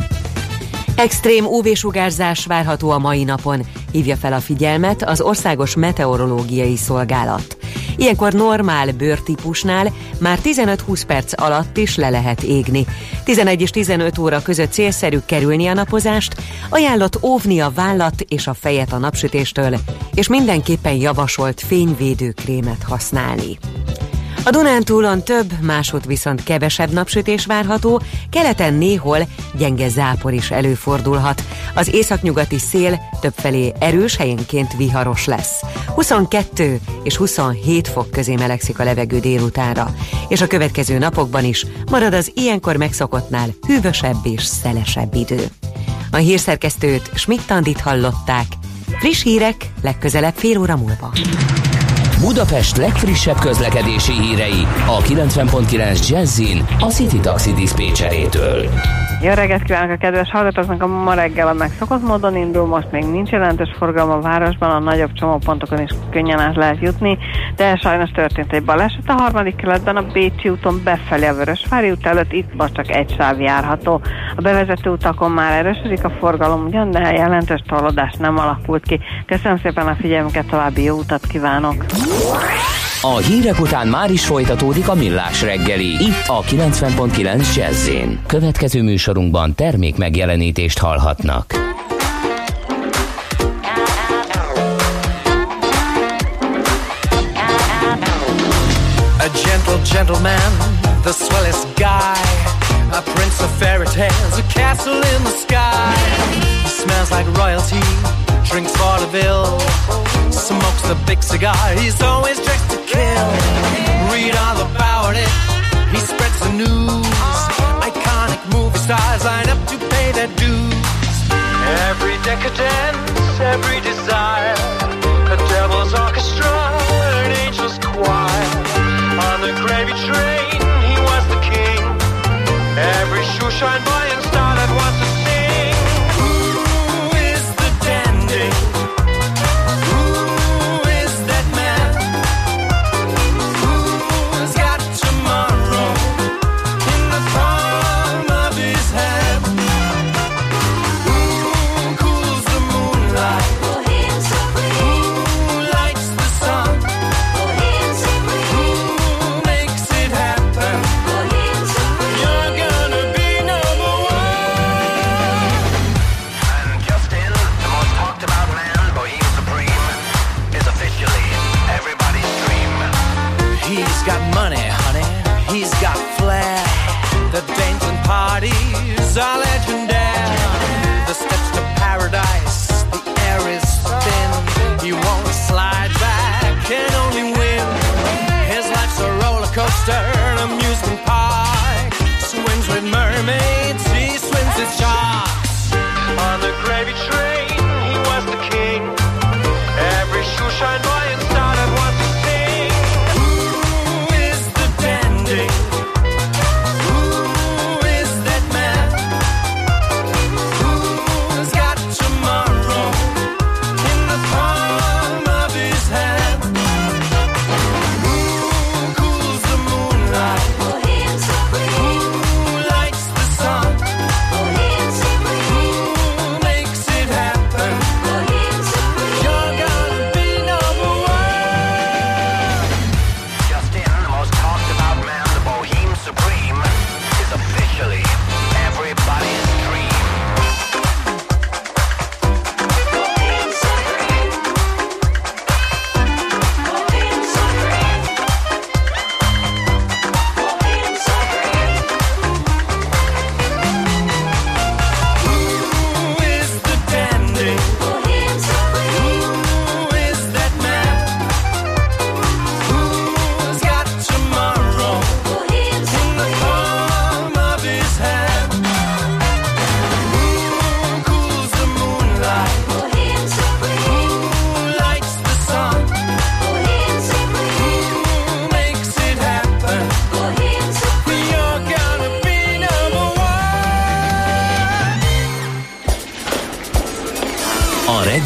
Extrém ú vé-sugárzás várható a mai napon, hívja fel a figyelmet az Országos Meteorológiai Szolgálat. Ilyenkor normál bőrtípusnál már tizenöt-húsz perc alatt is le lehet égni. tizenegy és tizenöt óra között célszerű kerülni a napozást, ajánlott óvni a vállat és a fejet a napsütéstől, és mindenképpen javasolt fényvédőkrémet használni. A Dunántúlon több, máshogy viszont kevesebb napsütés várható, keleten néhol gyenge zápor is előfordulhat. Az északnyugati szél többfelé erős, helyenként viharos lesz. huszonkettő és huszonhét fok közé melegszik a levegő délutánra, és a következő napokban is marad az ilyenkor megszokottnál hűvösebb és szelesebb idő. A hírszerkesztőt, Schmidt-Andit hallották. Friss hírek legközelebb fél óra múlva. Budapest legfrissebb közlekedési hírei a kilencven pont kilenc Jazzin a City Taxi diszpécserétől. Jó reggelt kívánok a kedves hallgatóknak! A ma reggel a megszokott módon indul, most még nincs jelentős forgalom a városban, a nagyobb csomópontokon is könnyen át lehet jutni, de sajnos történt egy baleset a harmadik kerületben, a Bécsi úton befelé a Vörösvári út előtt, itt most csak egy sáv járható. A bevezető utakon már erősödik a forgalom ugyan, de jelentős torlódás nem alakult ki. Köszönöm szépen a figyelmüket, további jó utat kívánok! A hírek után már is folytatódik a Millás reggeli, itt a kilencven pont kilenc Jazz-én. Következő műsorunkban termék megjelenítést hallhatnak. A gentle gentleman, the swellest guy, a prince of fairy tales, a castle in the sky. He smells like royalty, drinks vaudeville, smokes a big cigar, he's always dressed to kill. Read all about it, he spreads the news. Iconic movie stars line up to pay their dues. Every decadence, every desire, a devil's orchestra, an angel's choir. On the gravy train, he was the king. Every shoeshine boy and star that wants to sing. Who is the dandy? Are legendary. The steps to paradise, the air is thin. He won't slide back, can only win. His life's a roller coaster, an amusement park. Swims with mermaids, he swims with sharks. On the gravy train, he was the king. Every shoeshine boy and star that wants to sing. Who is the dandy? Tomorrow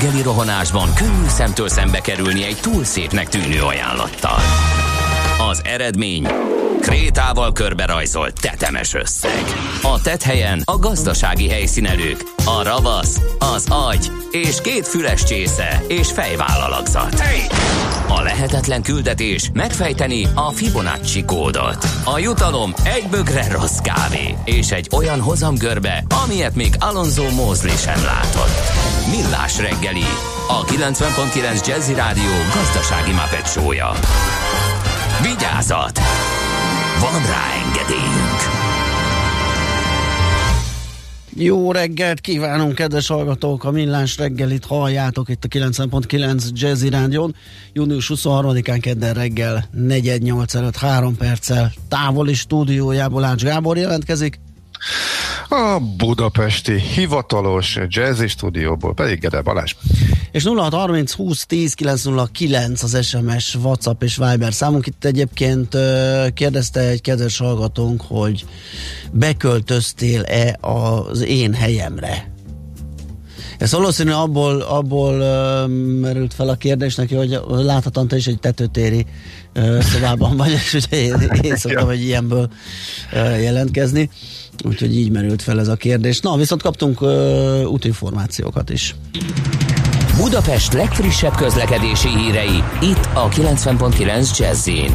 reggeli rohanásban könnyű szemtől szembe kerülni egy túl szépnek tűnő ajánlattal. Az eredmény krétával körberajzolt tetemes összeg. A tetthelyen a gazdasági helyszínelők, a ravasz, az agy és két füles csésze és fejvállalakzat. A lehetetlen küldetés megfejteni a Fibonacci kódot. A jutalom egy bögre rossz kávé és egy olyan hozamgörbe, amilyet még Alonso Mosley sem látott. Millás reggeli, a kilencven pont kilenc Jazzy Rádió gazdasági Muppet show-ja. Vigyázat! Van rá engedélyünk! Jó reggelt kívánunk, kedves hallgatók! A Millás reggelit halljátok itt a kilencven pont kilenc Jazzy Rádión. június huszonharmadikán kedden reggel negyed nyolc előtt három perccel távoli stúdiójából Ács Gábor jelentkezik. A budapesti hivatalos Jazzy stúdióból pedig Gede Balázs. És nulla hat harminc húsz tíz kilenc nulla kilenc az es em es, WhatsApp és Viber számunk. Itt egyébként kérdezte egy kedves hallgatónk, hogy beköltöztél-e az én helyemre. Ez valószínű abból, abból uh, merült fel a kérdés neki, hogy láthatóan te is egy tetőtéri uh, szobában vagy, és ugye én, én szoktam egy ilyenből uh, jelentkezni. Úgyhogy így merült fel ez a kérdés. Na, viszont kaptunk uh, útinformációkat is. Budapest legfrissebb közlekedési hírei, itt a kilencven pont kilenc Jazzyn.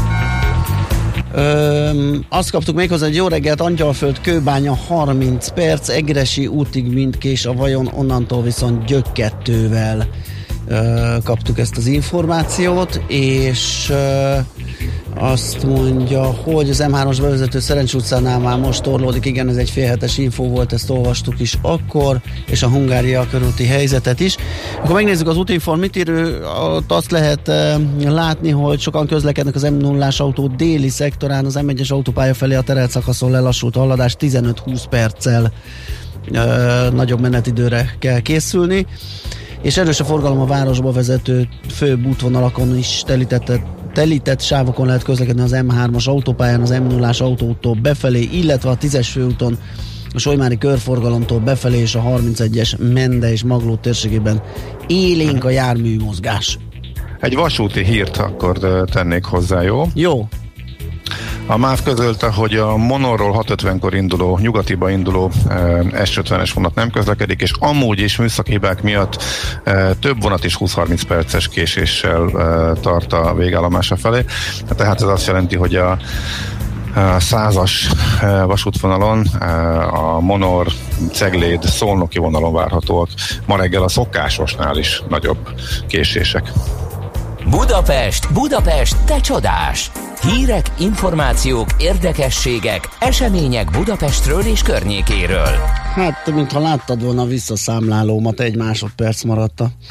Ö, azt kaptuk méghozzá, hogy jó reggelt, Angyalföld Kőbánya harminc perc, Egressy útig mindkés a Vajon, onnantól viszont Gyökkettővel ö, kaptuk ezt az információt, és ö, azt mondja, hogy az em hármas bevezető Szerencs utcánál már most torlódik, igen, ez egy félhetes infó volt, ezt olvastuk is akkor, és a Hungária körúti helyzetet is. Akkor megnézzük az útinform, mit ír, azt lehet uh, látni, hogy sokan közlekednek az em nullás autó déli szektorán, az em egyes autópálya felé a terelt szakaszon lelassult a haladás, tizenöt-húsz perccel uh, nagyobb menetidőre kell készülni, és erős a forgalom a városba vezető főbb útvonalakon is telített telített sávokon lehet közlekedni az em hármas autópályán, az em nullás autótól befelé, illetve a tízes főúton a Solymári körforgalomtól befelé és a harmincegyes Mende és Magló térségében élénk a járműmozgás. Egy vasúti hírt akkor tennék hozzá, jó? Jó. A MÁV közölte, hogy a Monorról hat ötvenkor induló, nyugatiba induló es ötvenes vonat nem közlekedik, és amúgy is műszaki hibák miatt e, több vonat is húsz-harminc perces késéssel e, tart a végállomása felé. Tehát ez azt jelenti, hogy a a százas vasútvonalon, a Monor, Cegléd, Szolnoki vonalon várhatóak ma reggel a szokásosnál is nagyobb késések. Budapest, Budapest, te csodás! Hírek, információk, érdekességek, események Budapestről és környékéről. Hát, mintha láttad volna visszaszámlálómat, egy másodperc maradt a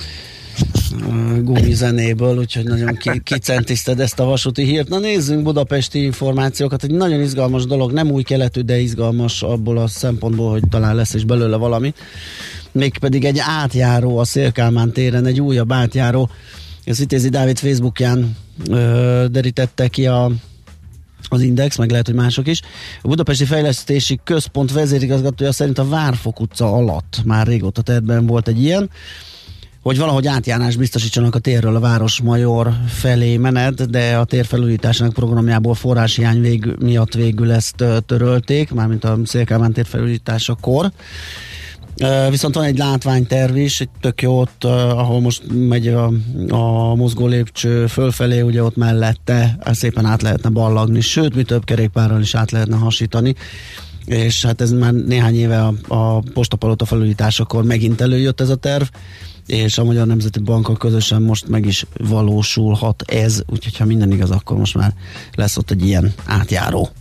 gumizenéből, úgyhogy nagyon ki, kicentiszted ezt a vasúti hírt. Na nézzünk budapesti információkat, egy nagyon izgalmas dolog, nem új keletű, de izgalmas abból a szempontból, hogy talán lesz is belőle valami. Mégpedig egy átjáró a Széll-Kálmán téren, egy újabb átjáró. Ez Vitézi Dávid Facebookján ö, derítette ki a, az Index, meg lehet, hogy mások is. A Budapesti Fejlesztési Központ vezérigazgatója szerint a Várfok utca alatt már régóta tervben volt egy ilyen, hogy valahogy átjárás biztosítsanak a térről a Városmajor felé menet, de a tér felújításának programjából forráshiány vég, miatt végül ezt törölték, mármint a Széll-Kálmán tér felújításakor. Uh, viszont van egy látványterv is, egy tök jó ott, uh, ahol most megy a, a mozgó lépcső fölfelé, ugye ott mellette szépen át lehetne ballagni, sőt, mi több kerékpárral is át lehetne hasítani, és hát ez már néhány éve a, a postapalota felújításakor megint előjött ez a terv, és a Magyar Nemzeti Bankkal közösen most meg is valósulhat ez, úgyhogy ha minden igaz, akkor most már lesz ott egy ilyen átjáró.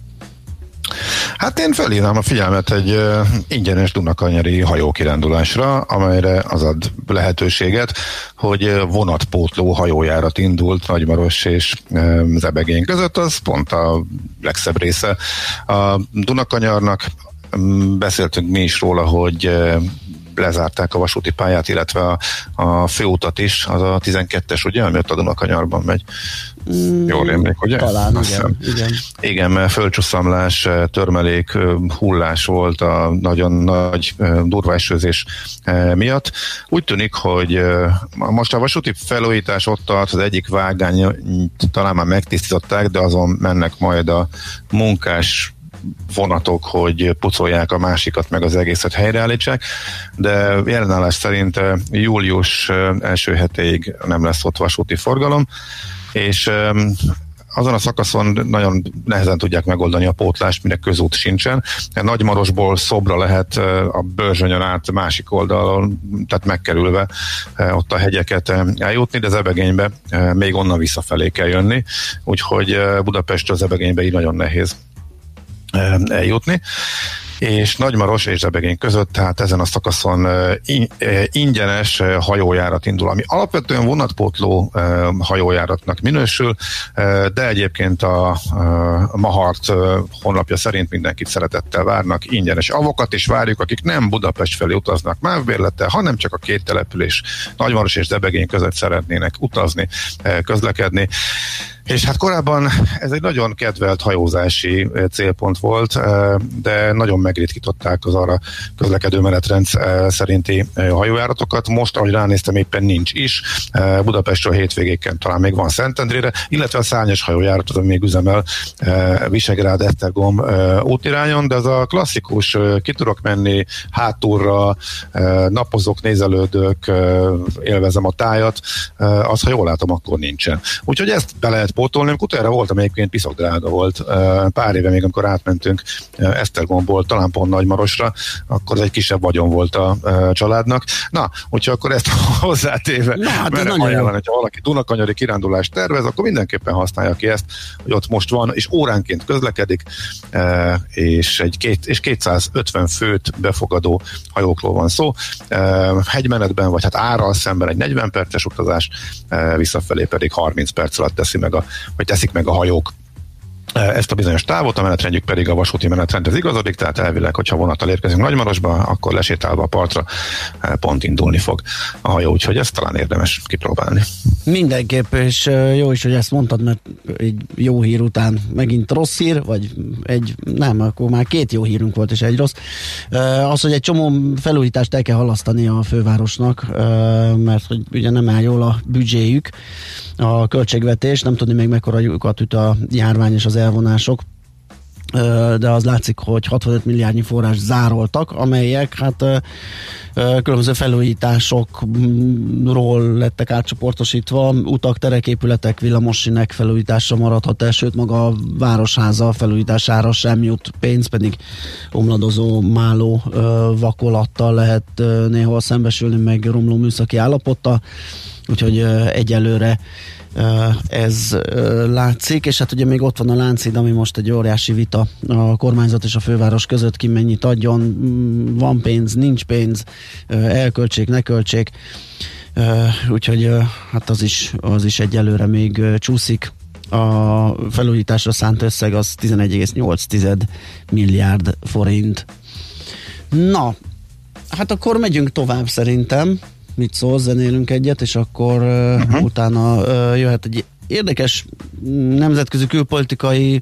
Hát én felhívnám a figyelmet egy uh, ingyenes dunakanyari hajókirándulásra, amelyre az ad lehetőséget, hogy uh, vonatpótló hajójárat indult Nagymaros és uh, Zebegény között, az pont a legszebb része a Dunakanyarnak. Um, beszéltünk mi is róla, hogy uh, lezárták a vasúti pályát, illetve a, a főutat is, az a tizenkettes, ugye, ami ott a Dunakanyarban megy. Mm, Jól emlék, ugye? Talán, igen, igen. Igen, mert földcsúszamlás, törmelék, hullás volt a nagyon nagy durva esőzés miatt. Úgy tűnik, hogy most a vasúti felújítás ott tart, az egyik vágány talán már megtisztították, de azon mennek majd a munkás vonatok, hogy pucolják a másikat, meg az egészet helyreállítsák, de jelenállás szerint július első hetéig nem lesz ott vasúti forgalom, és azon a szakaszon nagyon nehezen tudják megoldani a pótlást, minek közút sincsen. Nagymarosból Szobra lehet a Börzsönyen át másik oldalon, tehát megkerülve ott a hegyeket eljutni, de Zebegénybe még onnan visszafelé kell jönni, úgyhogy Budapestről Zebegénybe így nagyon nehéz eljutni, és Nagymaros és Zebegény között, tehát ezen a szakaszon ingyenes hajójárat indul, ami alapvetően vonatpótló hajójáratnak minősül, de egyébként a Mahart honlapja szerint mindenkit szeretettel várnak, ingyenes avokat is várjuk, akik nem Budapest felé utaznak mávbérlettel, hanem csak a két település Nagymaros és Zebegény között szeretnének utazni, közlekedni. És hát korábban ez egy nagyon kedvelt hajózási célpont volt, de nagyon megritkították az arra közlekedő menetrend szerinti hajójáratokat. Most, ahogy ránéztem, éppen nincs is. Budapestről hétvégéken talán még van Szentendrére, illetve a szárnyas hajójárat, az még üzemel Visegrád, Esztergom útirányon, de az a klasszikus, ki tudok menni hátulra, napozok, nézelődök, élvezem a tájat, az, ha jól látom, akkor nincsen. Úgyhogy ezt be lehet pótolni. Amikor utána voltam, egyébként piszok drága volt. Pár éve még, amikor átmentünk Esztergomból, talán pont Nagymarosra, akkor ez egy kisebb vagyon volt a családnak. Na, úgyhogy akkor ezt hozzátéve, Na, hát mert ajánlani, hogyha valaki Dunakanyari kirándulást tervez, akkor mindenképpen használja ki ezt, hogy ott most van, és óránként közlekedik, és, egy két, és kétszázötven főt befogadó hajókról van szó. Hegymenetben, vagy hát árral szemben egy negyven perces utazás, visszafelé pedig harminc perc alatt teszi meg a, vagy teszik meg a hajók ezt a bizonyos távot, a menetrendjük pedig a vasúti menetrendhez igazodik, tehát elvileg, hogyha vonattal érkezünk Nagymarosba, akkor lesétálva a partra pont indulni fog a hajó, úgyhogy ezt talán érdemes kipróbálni. Mindenképp, és jó is, hogy ezt mondtad, mert egy jó hír után megint rossz hír, vagy egy, nem, akkor már két jó hírünk volt, és egy rossz. Az, hogy egy csomó felújítást el kell halasztani a fővárosnak, mert hogy ugye nem áll jól a büdzséjük, a költségvetés, nem tudni még mekkora lyukat üt a járvány és az elvonások, de az látszik, hogy hatvanöt milliárdnyi forrás zároltak, amelyek hát különböző felújításokról lettek átcsoportosítva, utak, tereképületek, villamossinek felújításra maradhat el, sőt maga a városháza felújítására sem jut pénz, pedig omladozó, máló vakolattal lehet néhol szembesülni, meg romló műszaki állapottal, úgyhogy egyelőre ez látszik, és hát ugye még ott van a Lánchíd, ami most egy óriási vita a kormányzat és a főváros között, ki mennyit adjon, van pénz, nincs pénz, elköltsék, ne költsék, úgyhogy hát az is, az is egyelőre még csúszik. A felújításra szánt összeg az tizenegy egész nyolc milliárd forint. Na, hát akkor megyünk tovább szerintem. Mit szól, zenélünk egyet, és akkor uh-huh. utána uh, jöhet egy érdekes nemzetközi külpolitikai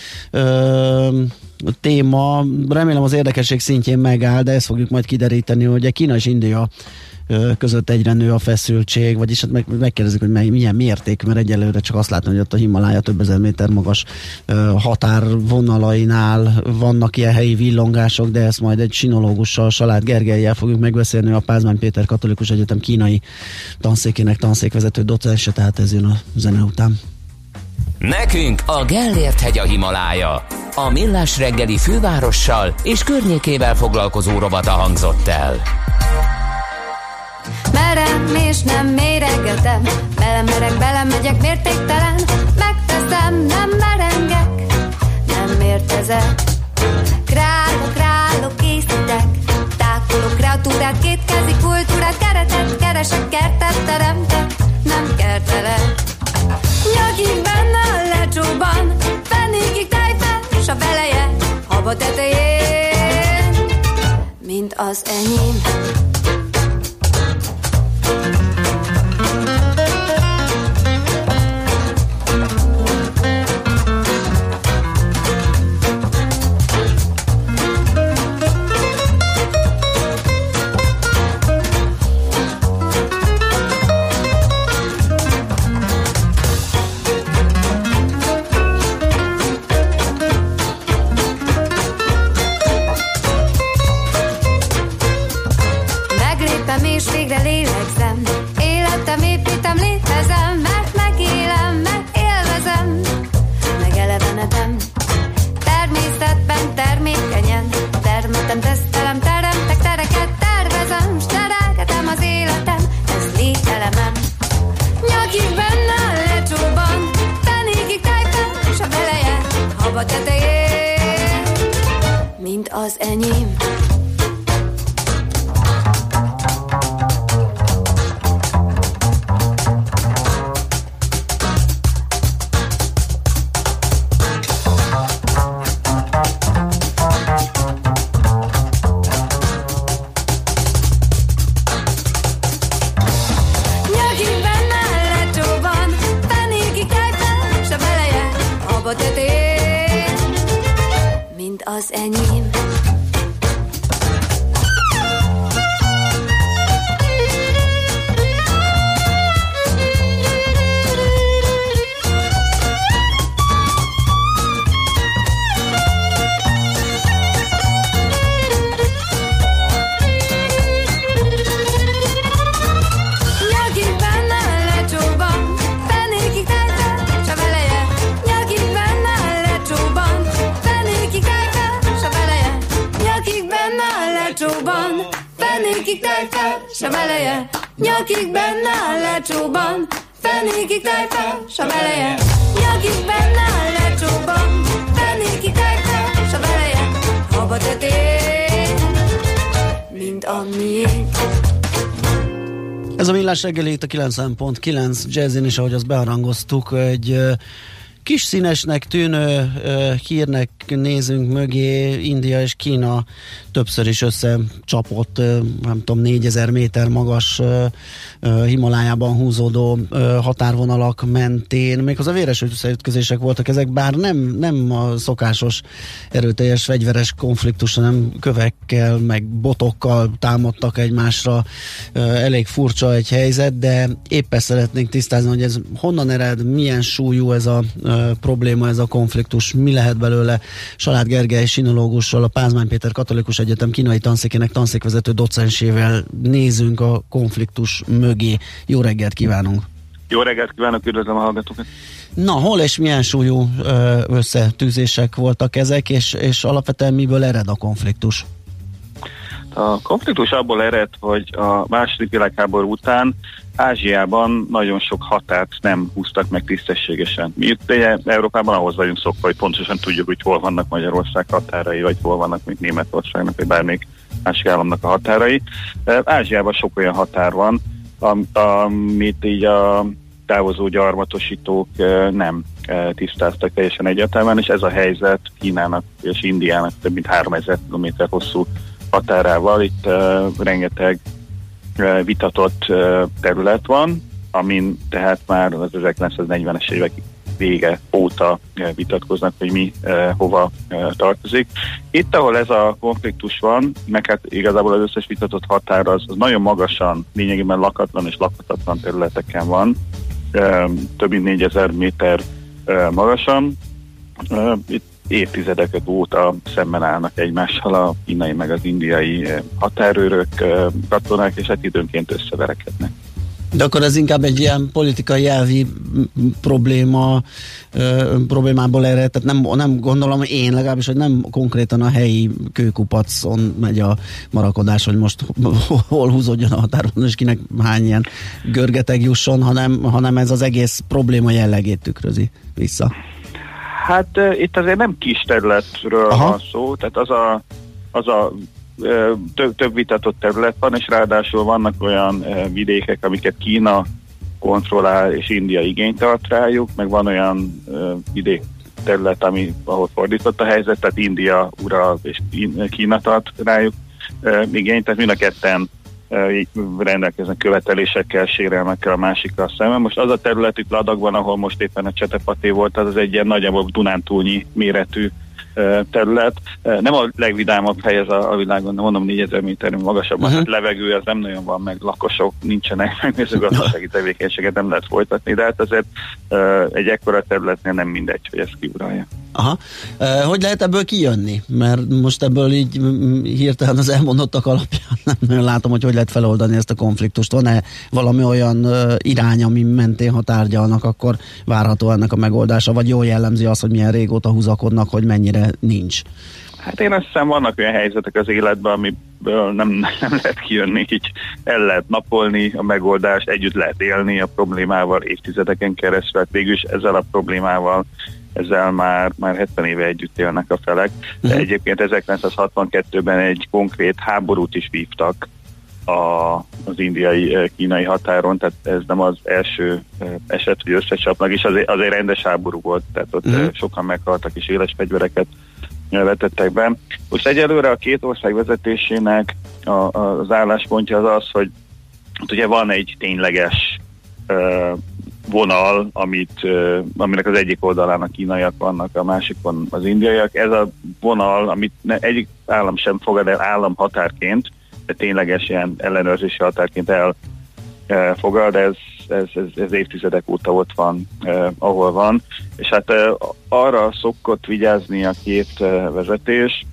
uh, téma. Remélem az érdekesség szintjén megáll, de ezt fogjuk majd kideríteni, hogy Kína és India között egyre nő a feszültség, vagyis hát meg, megkérdezik, hogy mely, milyen mérték, mert egyelőre csak azt látom, hogy ott a Himalája több ezer méter magas uh, határvonalainál vannak ilyen helyi villongások, de ezt majd egy sinológussal, Salád Gergellyel fogjuk megbeszélni, a Pázmány Péter Katolikus Egyetem kínai tanszékének tanszékvezető docense, tehát ez jön a zene után. Nekünk a Gellért hegy a Himalája. A Millás reggeli fővárossal és környékével foglalkozó rovata hangzott el. Merem és nem méregetem, belemerek, belemegyek mértéktelen, megteszem, nem merengek, nem mértezek. Králok, králok, készítek, tákolok kreatúrát, kétkezi kultúrát, keretet keresek, kertet teremtek, nem kertelek. Nyakig benne a lecsóban, fennékig tejfen, s a veleje haba tetején, mint az enyém. tetején, mint az enyém. Az enyém. S a meleje, nyakig benne a lecsóban, fenékig táj fel, s a meleje, nyakig benne a lecsóban, fenékig táj fel, s a meleje, haba tetén, mint a miénk. Ez a Millás reggeli itt a kilencven pont kilenc Jazzin, és ahogy azt beharangoztuk, egy uh, kis színesnek tűnő uh, hírnek nézünk mögé. India és Kína többször is összecsapott, uh, nem tudom, négyezer méter magas uh, uh, Himalájában húzódó uh, határvonalak mentén. Még az a véres összeütközések voltak ezek, bár nem, nem a szokásos erőteljes fegyveres konfliktus, hanem kövekkel, meg botokkal támadtak egymásra. Uh, elég furcsa egy helyzet, de éppen szeretnénk tisztázni, hogy ez honnan ered, milyen súlyú ez a uh, probléma, ez a konfliktus, mi lehet belőle. Salád Gergely sinológussal, a Pázmány Péter Katolikus Egyetem kínai tanszékének tanszékvezető docensével nézünk a konfliktus mögé. Jó reggelt kívánunk! Jó reggelt kívánok, üdvözlöm a hallgatókat! Na, hol és milyen súlyú összetűzések voltak ezek, és, és alapvetően miből ered a konfliktus? A konfliktus abból ered, hogy a második világháború után Ázsiában nagyon sok határt nem húztak meg tisztességesen. Mi itt ugye Európában ahhoz vagyunk szokva, hogy pontosan tudjuk, hogy hol vannak Magyarország határai, vagy hol vannak még Németországnak, vagy bármelyik másik államnak a határai. Ázsiában sok olyan határ van, amit így a távozó gyarmatosítók nem tisztáztak teljesen egyáltalán, és ez a helyzet Kínának és Indiának több mint háromezer kilométer hosszú határával. Itt uh, rengeteg uh, vitatott uh, terület van, amin tehát már az ezerkilencszáznegyvenes évek vége óta uh, vitatkoznak, hogy mi uh, hova uh, tartozik. Itt, ahol ez a konfliktus van, meg hát igazából az összes vitatott határ az, az nagyon magasan, lényegében lakatlan és lakhatatlan területeken van, uh, több mint négyezer méter uh, magasan. Uh, itt évtizedeket óta szemben állnak egymással a kínai meg az indiai határőrök, katonák, és hát időnként összeverekednek. De akkor ez inkább egy ilyen politikai elvi probléma, ö, problémából ered, tehát nem, nem gondolom én legalábbis, hogy nem konkrétan a helyi kőkupacon megy a marakodás, hogy most hol húzódjon a határon, és kinek hány ilyen görgeteg jusson, hanem, hanem ez az egész probléma jellegét tükrözi vissza. Hát uh, itt azért nem kis területről Aha. van szó, tehát az a, az a uh, több, több vitatott terület van, és ráadásul vannak olyan uh, vidékek, amiket Kína kontrollál, és India igényt tart rájuk, meg van olyan uh, vidék terület, ami, ahol fordított a helyzet, tehát India ural és Kína tart rájuk uh, igényt, tehát mind a ketten rendelkeznek követelésekkel, sérelmekkel a másikra szemben. Most az a terület itt Ladakban, ahol most éppen a csetepaté volt, az egy ilyen nagyjából Dunántúlnyi méretű terület. Nem a legvidámabb hely ez a, a világon, nem mondom négyezer méternél magasabban, uh-huh. hát levegő, az nem nagyon van, meg lakosok nincsenek, meg mezőgazdasági tevékenységet nem lehet folytatni, de hát azért egy ekkora területnél nem mindegy, hogy ezt kiuralja. Aha. Hogy lehet ebből kijönni? Mert most ebből így hirtelen az elmondottak alapján nem nagyon látom, hogy hogy lehet feloldani ezt a konfliktust. Van-e valami olyan irány, ami mentén ha tárgyalnak, akkor várható ennek a megoldása, vagy jól jellemzi az, hogy milyen régóta húzakodnak, hogy mennyire nincs? Hát én azt hiszem, vannak olyan helyzetek az életben, amiből nem, nem lehet kijönni, így el lehet napolni a megoldást, együtt lehet élni a problémával évtizedeken keresztül, hát végül is ezzel a problémával ezzel már, már hetven éve együtt élnek a felek. De uh-huh. egyébként ezerkilencszázhatvankettőben egy konkrét háborút is vívtak a, az indiai-kínai határon, tehát ez nem az első eset, hogy összecsapnak, és azért, azért rendes háború volt, tehát ott uh-huh. sokan meghaltak, és éles fegyvereket vetettek be. Most egyelőre a két ország vezetésének a, az álláspontja az az, hogy ugye van egy tényleges uh, vonal, amit, uh, aminek az egyik oldalán a kínaiak vannak, a másikon az indiaiak. Ez a vonal, amit ne, egyik állam sem fogad el államhatárként, de tényleges ilyen ellenőrzési határként elfogad, ez, ez, ez, ez évtizedek óta ott van, eh, ahol van. És hát eh, arra szokott vigyázni a két eh, vezetés,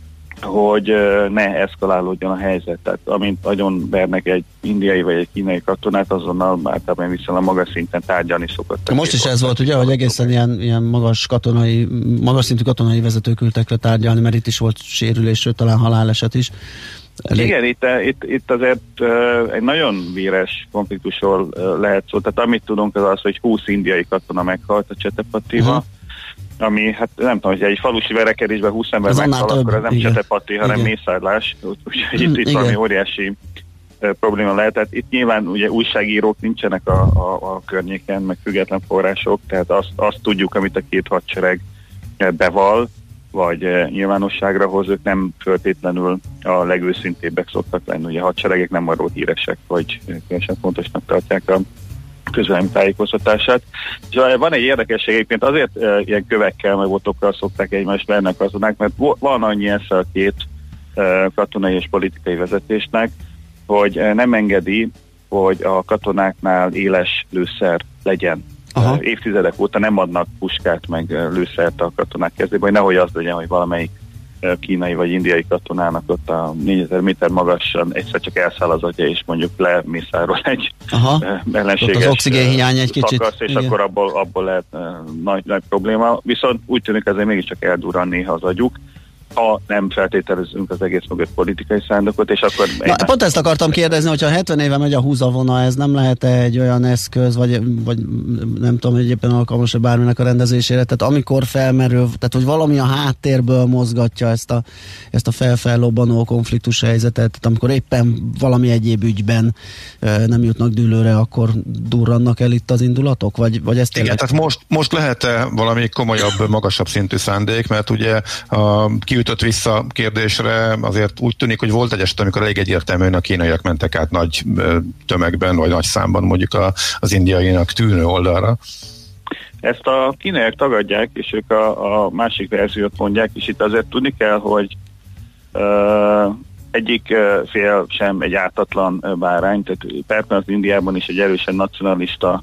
hogy eh, ne eszkalálódjon a helyzet. Tehát amint nagyon vernek egy indiai vagy egy kínai katonát, azonnal általában viszonylag magas szinten tárgyalni szokott. Most is ez volt, ugye, hogy egészen ilyen, ilyen magas katonai, magas szintű katonai vezetők ültek le tárgyalni, mert itt is volt sérülés, sőt, talán haláleset is. Elég. Igen, itt, itt, itt azért uh, egy nagyon véres konfliktusról uh, lehet szó. Tehát amit tudunk az az, hogy húsz indiai katona meghalt a Csetepatiba, uh-huh. ami, hát nem tudom, hogy egy falusi verekedésben húsz ember ez meghal, akkor ez nem Csetepati, hanem mészárlás. Úgyhogy itt, itt valami óriási uh, probléma lehet. Tehát itt nyilván ugye újságírók nincsenek a, a, a környéken, meg független források, tehát azt, azt tudjuk, amit a két hadsereg beval, vagy eh, nyilvánosságra hoz, ők nem föltétlenül a legőszintébbek szoktak lenni. Ugye a hadseregek nem arról híresek, vagy különösen fontosnak tartják a közvélemény tájékoztatását. És van egy érdekesség, egyébként azért eh, ilyen kövekkel, meg botokkal szokták egymást verni a katonák, mert van annyi esze a két eh, katonai és politikai vezetésnek, hogy eh, nem engedi, hogy a katonáknál éles lőszer legyen. Aha. Évtizedek óta nem adnak puskát meg lőszert a katonák kezébe, hogy nehogy az legyen, hogy valamelyik kínai vagy indiai katonának ott a négyezer méter magasan egyszer csak elszáll az agya, és mondjuk lemészárol egy Aha. ellenséges az oxigénhiány egy kicsit. Szakasz, és igen. akkor abból, abból lehet nagy, nagy probléma. Viszont úgy tűnik, ezért mégiscsak eldurran néha az agyuk, ha nem feltételezünk az egész mögött politikai szándékot, és akkor... Na, pont ezt akartam kérdezni, hogyha hetven éve megy a húzavona, ez nem lehet egy olyan eszköz, vagy, vagy nem tudom, hogy éppen alkalmas-e bárminek a rendezésére, tehát amikor felmerül, tehát hogy valami a háttérből mozgatja ezt a, ezt a felfellobbanó konfliktus helyzetet, tehát amikor éppen valami egyéb ügyben nem jutnak dűlőre, akkor durrannak el itt az indulatok, vagy, vagy ezt tényleg... Igen, tehát most, most lehet-e valami komolyabb, magasabb szintű szándék, mert ugye a kiütött vissza kérdésre azért úgy tűnik, hogy volt egy eset, amikor elég egyértelműen a kínaiak mentek át nagy tömegben, vagy nagy számban mondjuk a, az indiainak tűnő oldalra. Ezt a kínaiak tagadják, és ők a, a másik verziót mondják, és itt azért tudni kell, hogy uh, egyik uh, fél sem egy ártatlan uh, bárány, tehát persze az Indiában is egy erősen nacionalista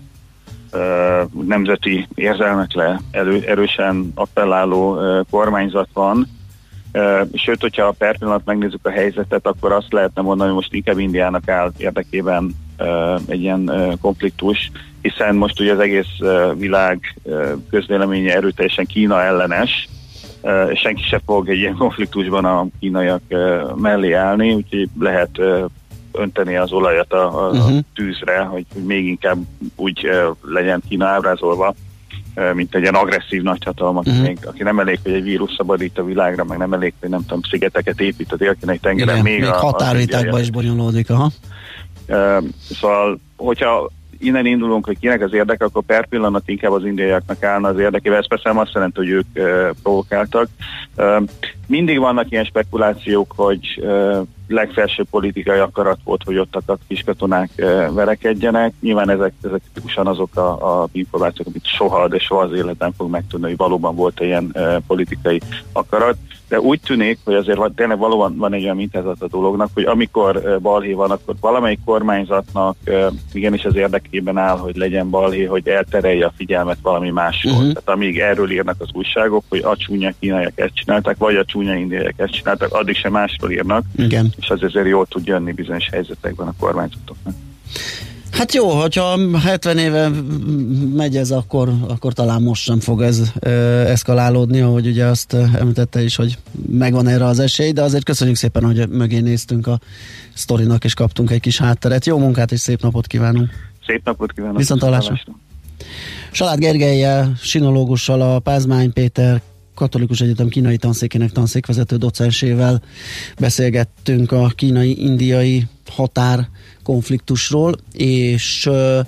uh, nemzeti érzelmekre elő, erősen appelláló uh, kormányzat van. Uh, sőt, hogyha a per pillanat megnézzük a helyzetet, akkor azt lehetne mondani, hogy most inkább Indiának áll érdekében uh, egy ilyen uh, konfliktus, hiszen most ugye az egész uh, világ uh, közvéleménye erőteljesen Kína ellenes, uh, és senki se fog egy ilyen konfliktusban a kínaiak uh, mellé állni, úgyhogy lehet uh, önteni az olajat a, a, uh-huh. a tűzre, hogy, hogy még inkább úgy uh, legyen Kína ábrázolva, mint egy ilyen agresszív nagyhatalmak, uh-huh. aki nem elég, hogy egy vírus szabadít a világra, meg nem elég, hogy nem tudom, szigeteket épít a dél-kínai tengeren. Igen, még, még határvitákban is bonyolódik, aha. Uh, szóval, hogyha innen indulunk, hogy kinek az érdeke, akkor per pillanat inkább az indiaiaknak állna az érdekével. Ez persze nem azt jelenti, hogy ők uh, provokáltak. Uh, mindig vannak ilyen spekulációk, hogy uh, legfelsőbb politikai akarat volt, hogy ott a kiskatonák uh, verekedjenek. Nyilván ezek, ezek tipikusan azok a, a információk, amit soha, de soha az életben fog megtudni, hogy valóban volt ilyen uh, politikai akarat. De úgy tűnik, hogy azért tényleg valóban van egy olyan mintázat a dolognak, hogy amikor uh, balhé van, akkor valamelyik kormányzatnak uh, igenis az érdekében áll, hogy legyen balhé, hogy elterelje a figyelmet valami másról. Uh-huh. Tehát amíg erről írnak az újságok, hogy a csúnya kínaiak ezt csinálták, vagy a csúnya indiaiak ezt csinálták, addig sem másról írnak. Igen. És az ezért jól tud jönni bizonyos helyzetekben a kormányzatoknak. Hát jó, hogyha hetven éve megy ez, akkor, akkor talán most sem fog ez ö, eszkalálódni, ahogy ugye azt említette is, hogy megvan erre az esély, de azért köszönjük szépen, hogy mögé néztünk a sztorinak, és kaptunk egy kis hátteret. Jó munkát és szép napot kívánunk! Szép napot kívánok! Viszonthallásra! Salád Gergellyel, sinológussal, a Pázmány Péter Katolikus Egyetem kínai tanszékének tanszékvezető docensével beszélgettünk a kínai-indiai határ konfliktusról, és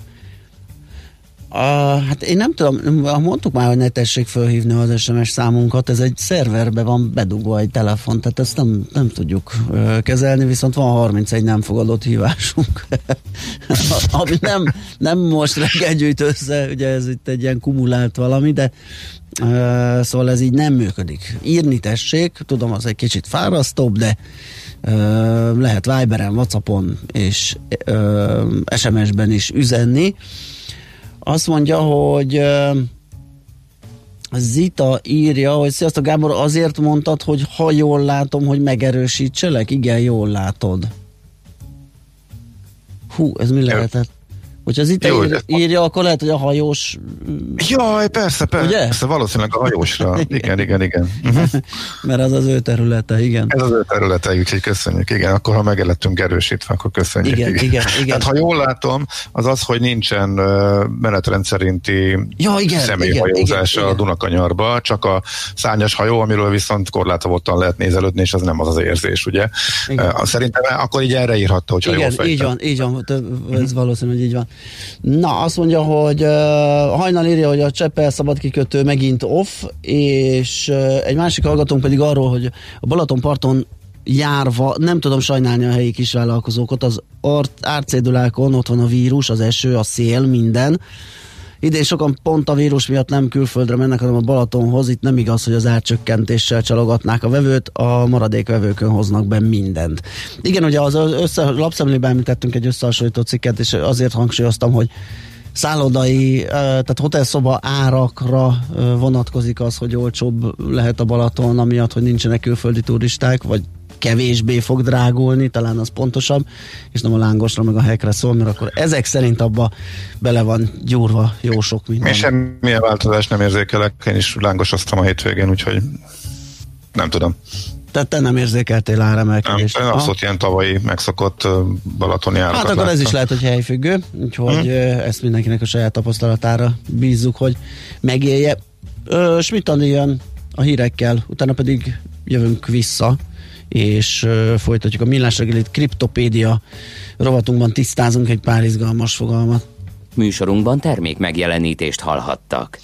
Uh, hát én nem tudom, mondtuk már, hogy ne tessék fölhívni az es em es számunkat, ez egy szerverbe van bedugva egy telefon, tehát ezt nem, nem tudjuk uh, kezelni, viszont van harmincegy nem fogadott hívásunk, ami nem, nem most reggel gyűjt össze, ugye ez itt egy ilyen kumulált valami, de uh, szóval ez így nem működik. Írni tessék, tudom, az egy kicsit fárasztóbb, de uh, lehet Viberen, WhatsAppon és uh, es em es-ben is üzenni. Azt mondja, hogy uh, Zita írja, hogy sziasztok Gábor, azért mondtad, hogy ha jól látom, hogy megerősítselek? Igen, jól látod. Hú, ez mi lehetett? Hogyha Zita Jó, ír, írja, akkor lehet, hogy a hajós... Jaj, persze, persze, ugye? Valószínűleg a hajósra. Igen, igen, igen. Uh-huh. Mert az az ő területe, igen. Ez az ő területe, úgyhogy köszönjük. Igen, akkor ha megelettünk erősítve, akkor köszönjük. Igen, igen, igen, igen. Hát ha jól látom, az az, hogy nincsen uh, menetrend szerinti ja, igen, személyhajózás igen, a igen. Dunakanyarba, csak a szárnyas hajó, amiről viszont korlátozottan lehet nézelődni, és az nem az az érzés, ugye? Uh, szerintem akkor így erre írhatta, hogyha igen, jól fejtem. így van, így van, ez valószínű, hogy így van. Na, azt mondja, hogy uh, Hajnal írja, hogy a Csepel szabad kikötő megint off, és uh, egy másik hallgatónk pedig arról, hogy a Balatonparton járva, nem tudom sajnálni a helyi kisvállalkozókat, az árcédulákon ott van a vírus, az eső, a szél, minden. Idén sokan pont a vírus miatt nem külföldre mennek, hanem a Balatonhoz. Itt nem igaz, hogy az árcsökkentéssel csalogatnák a vevőt, a maradék vevőkön hoznak be mindent. Igen, ugye az össze, lapszemlében említettünk egy összehasonlító cikket, és azért hangsúlyoztam, hogy szállodai, tehát hotelszoba árakra vonatkozik az, hogy olcsóbb lehet a Balaton, amiatt, hogy nincsenek külföldi turisták, vagy kevésbé fog drágulni, talán az pontosabb, és nem a lángosra meg a hekre szól, mert akkor ezek szerint abba bele van gyúrva jó sok minden. Én semmilyen változást nem érzékelek, én is lángosoztam a hétvégén, úgyhogy nem tudom. Tehát te nem érzékeltél áremelkedést? Nem, abszolút ilyen tavalyi megszokott balatoni árakat. Hát akkor láttam. Ez is lehet, hogy helyfüggő, úgyhogy hmm. ezt mindenkinek a saját tapasztalatára bízzuk, hogy megélje. Schmidt Andi jön a hírekkel, utána pedig jövünk vissza, és uh, folytatjuk a Millás reggelit. Kriptopédia rovatunkban tisztázunk egy pár izgalmas fogalmat. Műsorunkban termék megjelenítést hallhattak.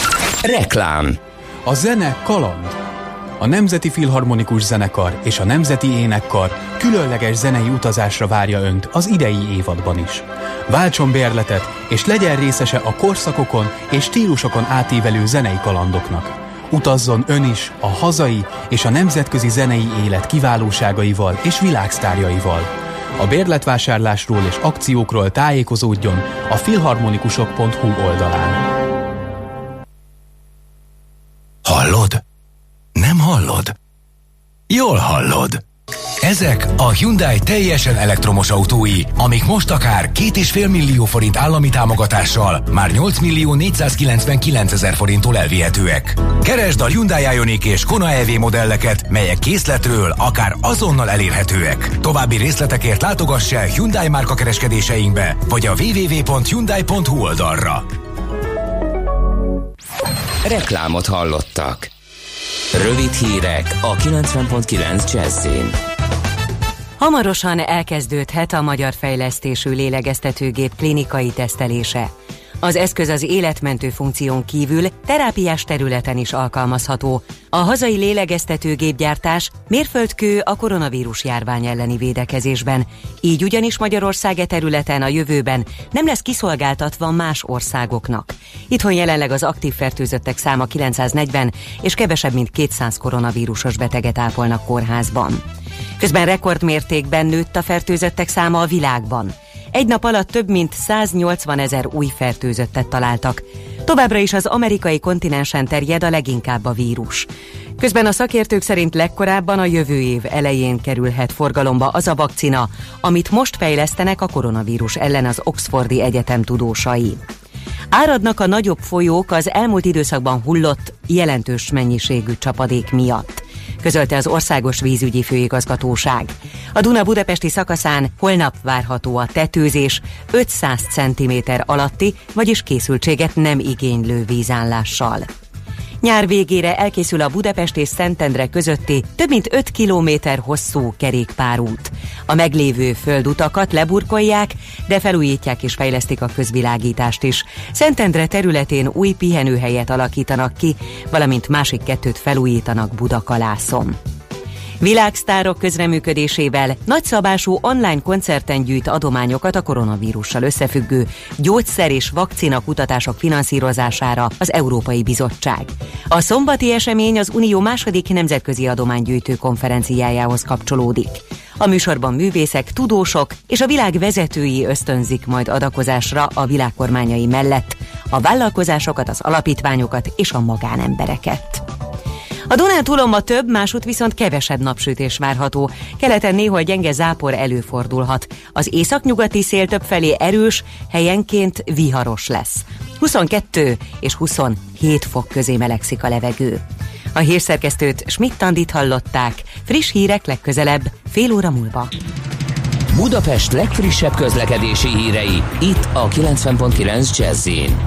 Reklám. A zene kaland. A Nemzeti Filharmonikus Zenekar és a Nemzeti Énekkar különleges zenei utazásra várja Önt az idei évadban is. Váltson bérletet, és legyen részese a korszakokon és stílusokon átívelő zenei kalandoknak. Utazzon Ön is a hazai és a nemzetközi zenei élet kiválóságaival és világsztárjaival. A bérletvásárlásról és akciókról tájékozódjon a filharmonikusok pont hu oldalán. Hallod? Nem hallod? Jól hallod! Ezek a Hyundai teljesen elektromos autói, amik most akár két és fél millió forint állami támogatással már nyolc millió négyszázkilencvenkilencezer forinttól elvihetőek. Keresd a Hyundai Ioniq és Kona é vé modelleket, melyek készletről akár azonnal elérhetőek. További részletekért látogass el Hyundai márka kereskedéseinkbe, vagy a double-u double-u double-u pont hyundai pont hu oldalra. Reklámot hallottak. Rövid hírek a kilencven pont kilenc Jazzin. Hamarosan elkezdődhet a magyar fejlesztésű lélegeztetőgép klinikai tesztelése. Az eszköz az életmentő funkción kívül terápiás területen is alkalmazható. A hazai lélegeztetőgépgyártás mérföldkő a koronavírus járvány elleni védekezésben. Így ugyanis Magyarország e területen a jövőben nem lesz kiszolgáltatva más országoknak. Itthon jelenleg az aktív fertőzöttek száma kilencszáznegyven, és kevesebb mint kétszáz koronavírusos beteget ápolnak kórházban. Közben rekordmértékben nőtt a fertőzöttek száma a világban. Egy nap alatt több mint száznyolcvanezer új fertőzöttet találtak. Továbbra is az amerikai kontinensen terjed a leginkább a vírus. Közben a szakértők szerint legkorábban a jövő év elején kerülhet forgalomba az a vakcina, amit most fejlesztenek a koronavírus ellen az Oxfordi Egyetem tudósai. Áradnak a nagyobb folyók az elmúlt időszakban hullott jelentős mennyiségű csapadék miatt. közölte az Országos Vízügyi Főigazgatóság. A Duna budapesti szakaszán holnap várható a tetőzés ötszáz centiméter alatti, vagyis készültséget nem igénylő vízállással. Nyár végére elkészül a Budapest és Szentendre közötti több mint öt kilométer hosszú kerékpárút. A meglévő földutakat leburkolják, de felújítják és fejlesztik a közvilágítást is. Szentendre területén új pihenőhelyet alakítanak ki, valamint másik kettőt felújítanak Budakalászon. Világsztárok közreműködésével nagyszabású online koncerten gyűjt adományokat a koronavírussal összefüggő gyógyszer és vakcina kutatások finanszírozására az Európai Bizottság. A szombati esemény az Unió második nemzetközi adománygyűjtő konferenciájához kapcsolódik. A műsorban művészek, tudósok és a világ vezetői ösztönzik majd adakozásra a világ kormányai mellett a vállalkozásokat, az alapítványokat és a magánembereket. A Dunántúlon ma több, másút viszont kevesebb napsütés várható. Keleten néhol gyenge zápor előfordulhat. Az északnyugati szél többfelé erős, helyenként viharos lesz. huszonkettő és huszonhét fok közé melegszik a levegő. A hírszerkesztőt Schmidt-Tandit hallották. Friss hírek legközelebb, fél óra múlva. Budapest legfrissebb közlekedési hírei, itt a kilencven pont kilenc Jazz-in.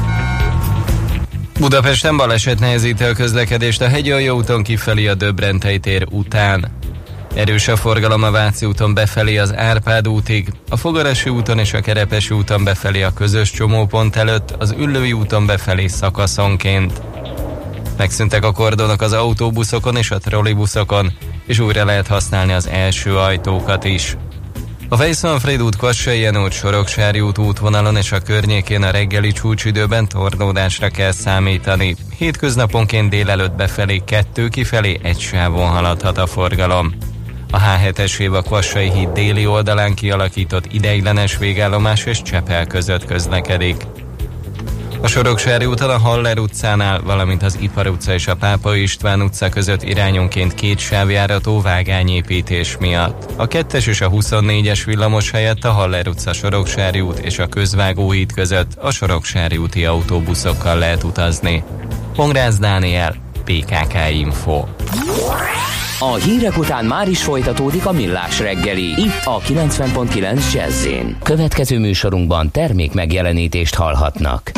Budapesten baleset nehezíti a közlekedést a Hegyalja úton kifelé a Döbrentei tér után. Erős a forgalom a Váci úton befelé az Árpád útig, a Fogarasi úton és a Kerepesi úton befelé a közös csomópont előtt, az Üllői úton befelé szakaszonként. Megszűntek a kordonok az autóbuszokon és a trollibuszokon, és újra lehet használni az első ajtókat is. A Fejszonfréd út, Kassai Jenő út, Soroksári út útvonalon és a környékén a reggeli csúcsidőben torlódásra kell számítani. Hétköznaponként délelőtt befelé kettő, kifelé egy sávon haladhat a forgalom. A há hetes év a Kassai híd déli oldalán kialakított ideiglenes végállomás és Csepel között közlekedik. A Soroksári úton a Haller utcánál, valamint az Ipar utca és a Pápai István utca között irányonként két sávjárató vágányépítés miatt. A kettes és a huszonnégyes villamos helyett a Haller utca, Soroksári út és a Közvágó híd között a Soroksári úti autóbuszokkal lehet utazni. Pongrász Dániel, pé ká ká Info. A hírek után már is folytatódik a Millás reggeli, itt a kilencven pont kilenc Jazz-in. Következő műsorunkban termék megjelenítést hallhatnak.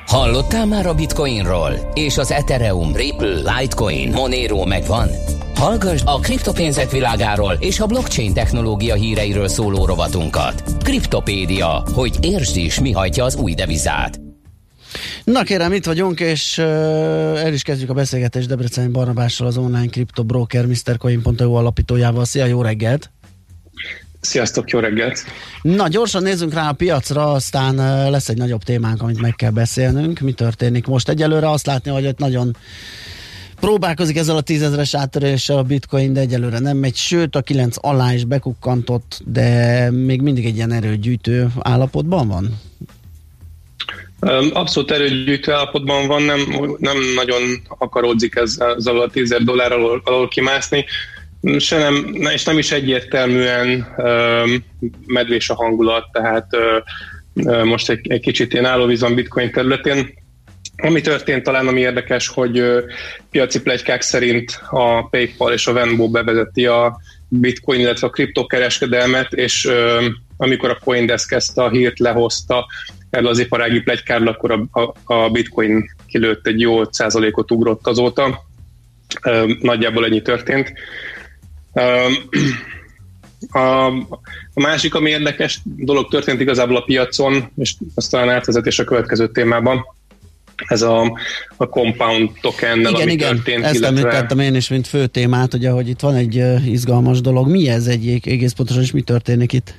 Hallottál már a Bitcoinról? És az Ethereum, Ripple, Litecoin, Monero megvan? Hallgassd a kriptopénzek világáról és a blockchain technológia híreiről szóló rovatunkat. Kriptopédia, hogy értsd is, mi hajtja az új devizát. Na kérem, itt vagyunk, és uh, el is kezdjük a beszélgetést Debreceni Barnabással, az online kriptobroker mister coin pont e u alapítójával. Szia, jó reggelt! Sziasztok, jó reggelt! Na, gyorsan nézzünk rá a piacra, aztán uh, lesz egy nagyobb témánk, amit meg kell beszélnünk. Mi történik most? Egyelőre azt látni, hogy ott nagyon próbálkozik ezzel a tízezres áttöréssel a Bitcoin, de egyelőre nem megy, sőt a kilenc alá is bekukkantott, de még mindig egy ilyen erőgyűjtő állapotban van? Abszolút erőgyűjtő állapotban van, nem, nem nagyon akaródzik ez, ezzel a tízezer dollár alól, alól kimászni, se nem, és nem is egyértelműen um, medvés a hangulat, tehát uh, most egy, egy kicsit ilyen állóvíz van Bitcoin területén. Ami történt talán, ami érdekes, hogy uh, piaci pletykák szerint a PayPal és a Venmo bevezeti a Bitcoin, illetve a kriptokereskedelmet, és uh, amikor a CoinDesk ezt a hírt lehozta erről az iparági pletykáról, akkor a, a, a Bitcoin kilőtt egy jó öt százalékot ugrott azóta. Uh, nagyjából ennyi történt. Uh, a, a másik, ami érdekes dolog történt igazából a piacon, és aztán átvezetés a következő témában, ez a, a compound tokennel, igen, ami igen, történt. ezt illetve... említettem én is, mint fő témát, ugye, hogy itt van egy uh, izgalmas dolog. Mi ez egy egész pontosan, és mi történik itt?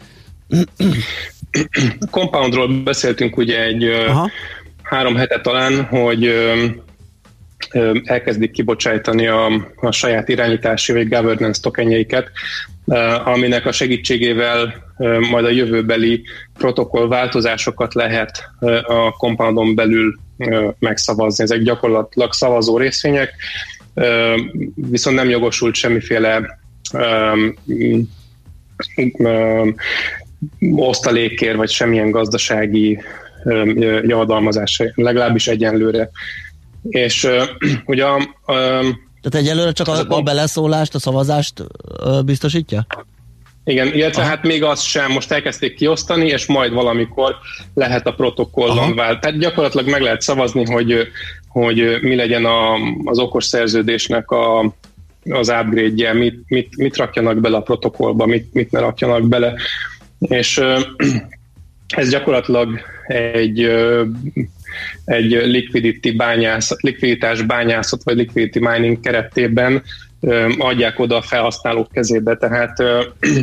A compoundról beszéltünk ugye egy uh, három hete talán, hogy uh, elkezdik kibocsájtani a, a saját irányítási vagy governance tokenjeiket, aminek a segítségével majd a jövőbeli protokoll változásokat lehet a compoundon belül megszavazni. Ezek gyakorlatilag szavazó részvények, viszont nem jogosult semmiféle osztalékért vagy semmilyen gazdasági javadalmazás, legalábbis egyenlőre. És uh, ugye a, uh, tehát egyelőre csak a, a beleszólást, a szavazást uh, biztosítja? Igen, illetve hát még azt sem, most elkezdték kiosztani, és majd valamikor lehet a protokollon vált. Tehát gyakorlatilag meg lehet szavazni, hogy, hogy mi legyen a, az okos szerződésnek a, az upgrade-je, mit, mit, mit rakjanak bele a protokollba, mit, mit ne rakjanak bele. És uh, ez gyakorlatilag egy uh, egy liquidity bányászat, likviditás bányászat vagy liquidity mining keretében ö, adják oda a felhasználók kezébe. Tehát ö,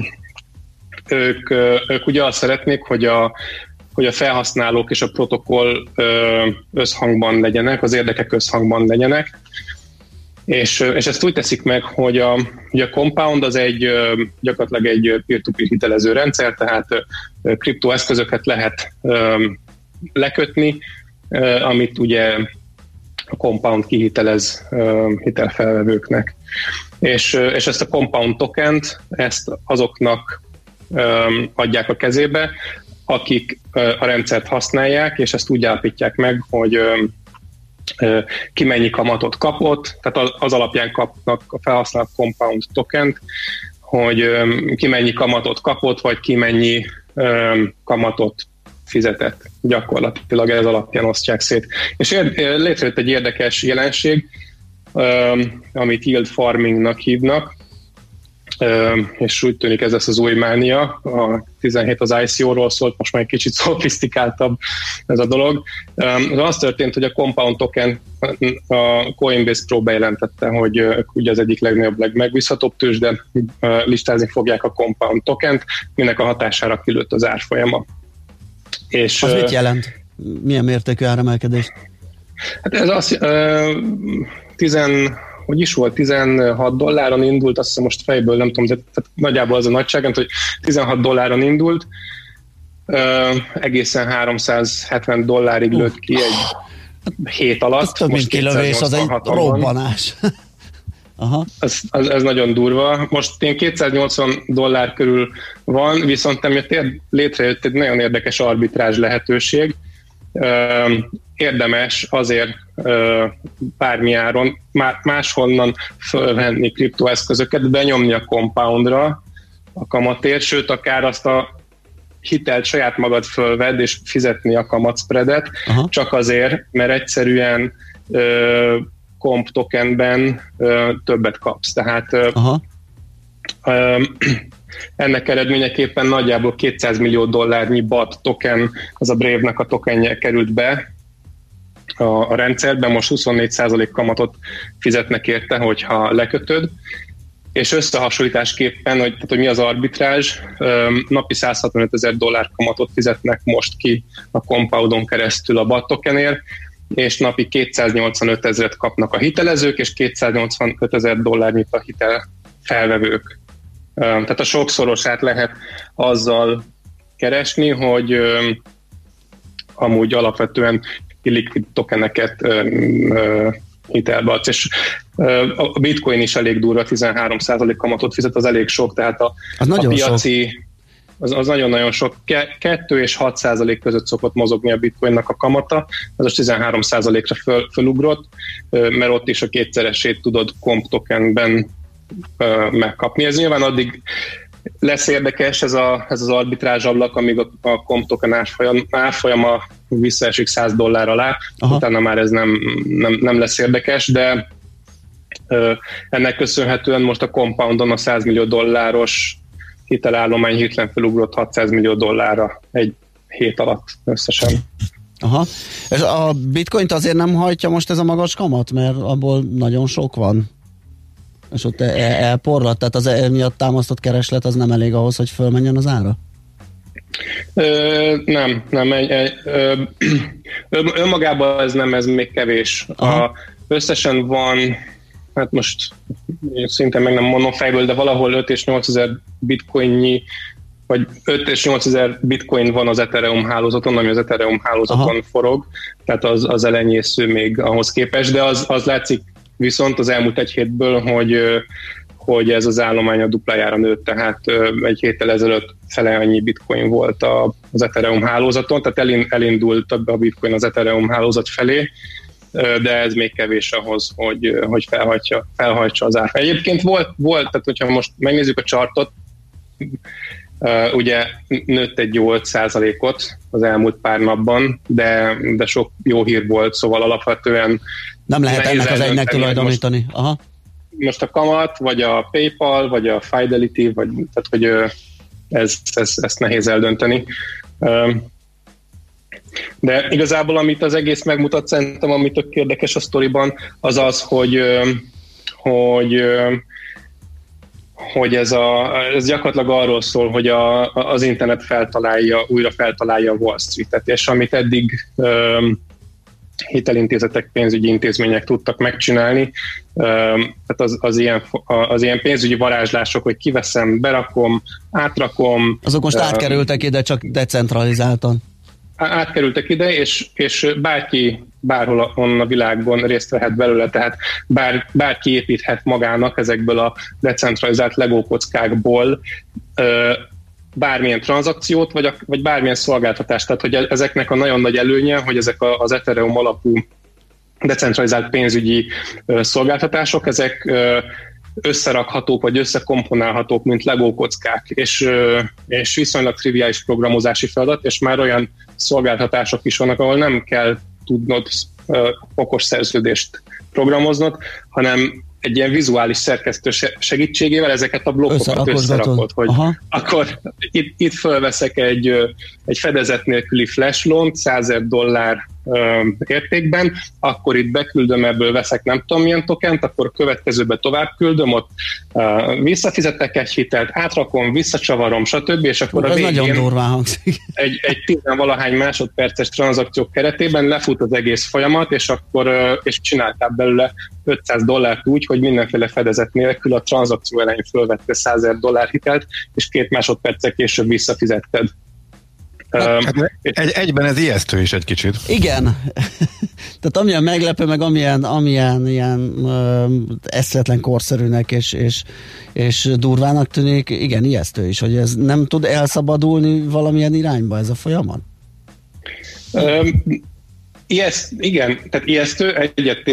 ők, ö, ők ugye azt szeretnék, hogy a, hogy a felhasználók és a protokoll ö, összhangban legyenek, az érdekek összhangban legyenek. És, és ezt úgy teszik meg, hogy a, hogy a Compound az egy ö, gyakorlatilag egy peer-to-peer hitelező rendszer, tehát ö, kriptoeszközöket lehet ö, lekötni, Uh, amit ugye a Compound kihitelez uh, hitelfelvevőknek. És, uh, és ezt a Compound tokent, ezt azoknak um, adják a kezébe, akik uh, a rendszert használják, és ezt úgy állapítják meg, hogy um, uh, ki mennyi kamatot kapott, tehát az, az alapján kapnak a felhasználók Compound tokent, hogy um, ki mennyi kamatot kapott, vagy ki mennyi um, kamatot fizetett. Gyakorlatilag ez alapján osztják szét. És létrejött egy érdekes jelenség, amit yield farmingnak hívnak, és úgy tűnik ez lesz az új mánia. A tizenhét az I C O-ról szólt, most már egy kicsit szofisztikáltabb ez a dolog. Az az történt, hogy a Compound token, a Coinbase Pro bejelentette, hogy ugye az egyik legnagyobb, legmegbízhatóbb tőzsde, listázni fogják a Compound tokent, minek a hatására kilőtt az árfolyama. És, az mit jelent? Milyen mértékű áremelkedés? Hát ez az, uh, tizen, hogy is volt, tizenhat dolláron indult, azt hiszem most fejből nem tudom, de tehát nagyjából az a nagyságom, hogy tizenhat dolláron indult, uh, egészen háromszázhetven dollárig uh. lőtt ki egy hét alatt. Ez több mint kilövés, az egy robbanás. Aha. Ez, ez, ez nagyon durva. Most ilyen kétszáznyolcvan dollár körül van, viszont emiatt létrejött egy nagyon érdekes arbitrázs lehetőség. Érdemes azért bármi áron máshonnan fölvenni kriptoeszközöket, benyomni a Compoundra a kamatért, sőt akár azt a hitelt saját magad fölvedd, és fizetni a kamatszpreadet, csak azért, mert egyszerűen ö, komp tokenben ö, többet kapsz. Tehát ö, ö, ennek eredményeképpen nagyjából kétszáz millió dollárnyi bé á té token, az a Brave-nek a tokenje került be a, a rendszerben, most huszonnégy százalék kamatot fizetnek érte, hogyha lekötöd, és összehasonlításképpen, hogy, tehát, hogy mi az arbitrázs, napi száz hatvanöt ezer dollár kamatot fizetnek most ki a Compoundon keresztül a bé á té tokenért, és napi kétszáznyolcvanöt ezret kapnak a hitelezők, és kétszáznyolcvanöt ezer dollárnyit a hitel felvevők. Tehát a sokszorosát lehet azzal keresni, hogy amúgy alapvetően illikvid tokeneket hitelbe adsz, és a bitcoin is elég durva, tizenhárom százalék kamatot fizet, az elég sok, tehát a, a piaci az, az nagyon-nagyon sok, kettő és hat százalék között szokott mozogni a bitcoinnak a kamata, az a tizenhárom százalékra föl, fölugrott, mert ott is a kétszeresét tudod comp tokenben megkapni. Ez nyilván addig lesz érdekes ez, a, ez az arbitrázs ablak, amíg a, a comp token árfolyam, árfolyama visszaesik száz dollár alá, aha, utána már ez nem, nem, nem lesz érdekes, de ö, ennek köszönhetően most a Compoundon a száz millió dolláros hitelállomány hirtelen felugrott hatszáz millió dollárra egy hét alatt összesen. Aha. És a bitcoint azért nem hajtja most ez a magas kamat, mert abból nagyon sok van, és ott elporlat, tehát az emiatt támasztott kereslet az nem elég ahhoz, hogy fölmenjen az ára? Ö, nem, nem. Egy, egy, ö, önmagában ez nem, ez még kevés. A, összesen van, hát most szinte meg nem mondom fejből, de valahol öt és nyolc ezer bitcoinnyi, vagy öt és nyolc ezer bitcoin van az Ethereum hálózaton, ami az Ethereum hálózaton aha, forog, tehát az, az elenyésző még ahhoz képest, de az, az látszik viszont az elmúlt egy hétből, hogy, hogy ez az állomány a duplájára nőtt, tehát egy héttel ezelőtt fele annyi bitcoin volt az Ethereum hálózaton, tehát elindult a bitcoin az Ethereum hálózat felé, de ez még kevés ahhoz, hogy, hogy felhajtsa, felhajtsa az ár. Egyébként volt, volt, tehát hogyha most megnézzük a chartot, ugye nőtt egy jó öt százalékot az elmúlt pár napban, de, de sok jó hír volt, szóval alapvetően nem lehet ennek az egynek tulajdonítani. Most, aha, most a kamat, vagy a PayPal, vagy a Fidelity, vagy, tehát hogy ez, ez, ezt nehéz eldönteni. De igazából, amit az egész megmutat, szerintem, amit tök érdekes a sztoriban, az az, hogy, hogy, hogy ez, a, ez gyakorlatilag arról szól, hogy a, az internet feltalálja, újra feltalálja a Wall Street-et, és amit eddig hitelintézetek, pénzügyi intézmények tudtak megcsinálni. Tehát az, az, ilyen, az ilyen pénzügyi varázslások, hogy kiveszem, berakom, átrakom. Azok most átkerültek ide, csak decentralizáltan. Átkerültek ide, és, és bárki bárhol a, a világban részt vehet belőle, tehát bár, bárki építhet magának ezekből a decentralizált Lego kockákból bármilyen tranzakciót, vagy, a, vagy bármilyen szolgáltatást. Tehát, hogy ezeknek a nagyon nagy előnye, hogy ezek a, az Ethereum alapú decentralizált pénzügyi ö, szolgáltatások, ezek ö, összerakhatók, vagy összekomponálhatók, mint Lego kockák, és, ö, és viszonylag triviális programozási feladat, és már olyan szolgáltatások is vannak, ahol nem kell tudnod ö, okos szerződést programoznod, hanem egy ilyen vizuális szerkesztő segítségével ezeket a blokkokat összerakod, hogy aha, akkor itt, itt fölveszek egy, egy fedezet nélküli flash loan-t százezer dollár ö, értékben, akkor itt beküldöm, ebből veszek nem tudom milyen tokent, akkor a következőbe tovább küldöm, ott ö, visszafizetek egy hitelt, átrakom, visszacsavarom, stb. És akkor ez a végén nagyon durván hangzik. egy, egy tizenvalahány másodperces tranzakciók keretében lefut az egész folyamat, és akkor ö, és csináltál belőle ötszáz dollárt úgy, hogy mindenféle fedezet nélkül a tranzakció elején fölvette százezer dollár hitelt, és két másodperccel később visszafizetted. Hát, um, egy, egyben ez ijesztő is egy kicsit. Igen. Tehát amilyen meglepő, meg amilyen, amilyen ilyen uh, eszletlen korszerűnek és, és, és durvának tűnik, igen, ijesztő is, hogy ez nem tud elszabadulni valamilyen irányba ez a folyamat? Um, ijeszt, igen, tehát ijesztő, egyetért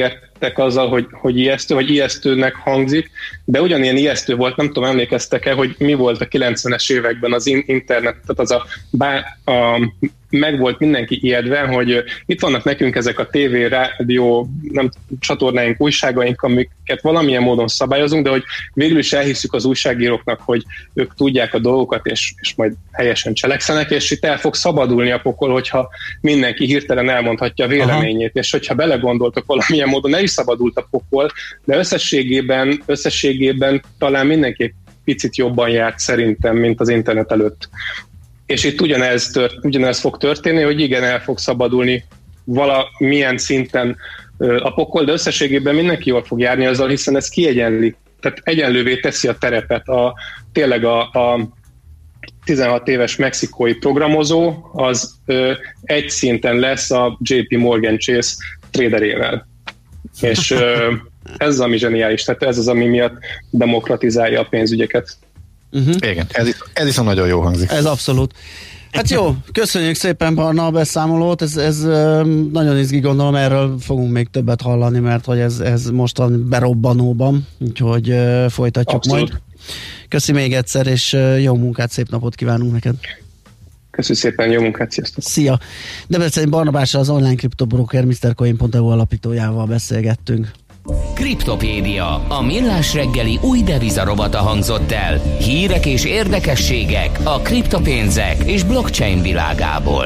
egyetértek azzal, hogy, hogy ijesztő, vagy ijesztőnek hangzik, de ugyanilyen ijesztő volt, nem tudom, emlékeztek-e, hogy mi volt a kilencvenes években az internet, tehát az a, bá, a meg volt mindenki ijedve, hogy itt vannak nekünk ezek a tévé, rádió, nem csatornáink, újságaink, amiket valamilyen módon szabályozunk, de hogy végül is elhiszük az újságíróknak, hogy ők tudják a dolgokat, és, és majd helyesen cselekszenek, és itt el fog szabadulni a pokol, hogyha mindenki hirtelen elmondhatja a véleményét, aha, és hogyha belegondoltok valamilyen módon, ne is szabadult a pokol, de összességében, összességében talán mindenki picit jobban járt szerintem, mint az internet előtt. És itt ugyanez, tört, ugyanez fog történni, hogy igen, el fog szabadulni valamilyen szinten a pokol, de összességében mindenki jól fog járni azzal, hiszen ez kiegyenli. Tehát egyenlővé teszi a terepet. A, tényleg a, a tizenhat éves mexikói programozó az ö, egy szinten lesz a jé pé Morgan Chase traderével. És ö, ez az, ami zseniális. Tehát ez az, ami miatt demokratizálja a pénzügyeket. Uh-huh. Igen, ez, ez is nagyon jó hangzik. Ez abszolút. Hát jó, köszönjük szépen, Barna, a beszámolót, ez, ez nagyon izgi, gondolom, erről fogunk még többet hallani, mert hogy ez, ez mostan berobbanóban, úgyhogy uh, folytatjuk abszolút. Majd. Köszi még egyszer, és uh, jó munkát, szép napot kívánunk neked. Köszönjük szépen, jó munkát, sziasztok! Szia! Debreceni Barnabással, az online kriptobroker miszter Coin pont e u alapítójával beszélgettünk. Kriptopédia, a millás reggeli új devizarobata hangzott el. Hírek és érdekességek a kriptopénzek és blockchain világából.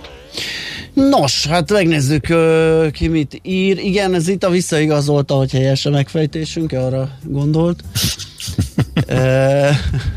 Nos, hát megnézzük, ki mit ír. Igen, ez itt a visszaigazolta, hogy helyes a megfejtésünk, arra gondolt. e,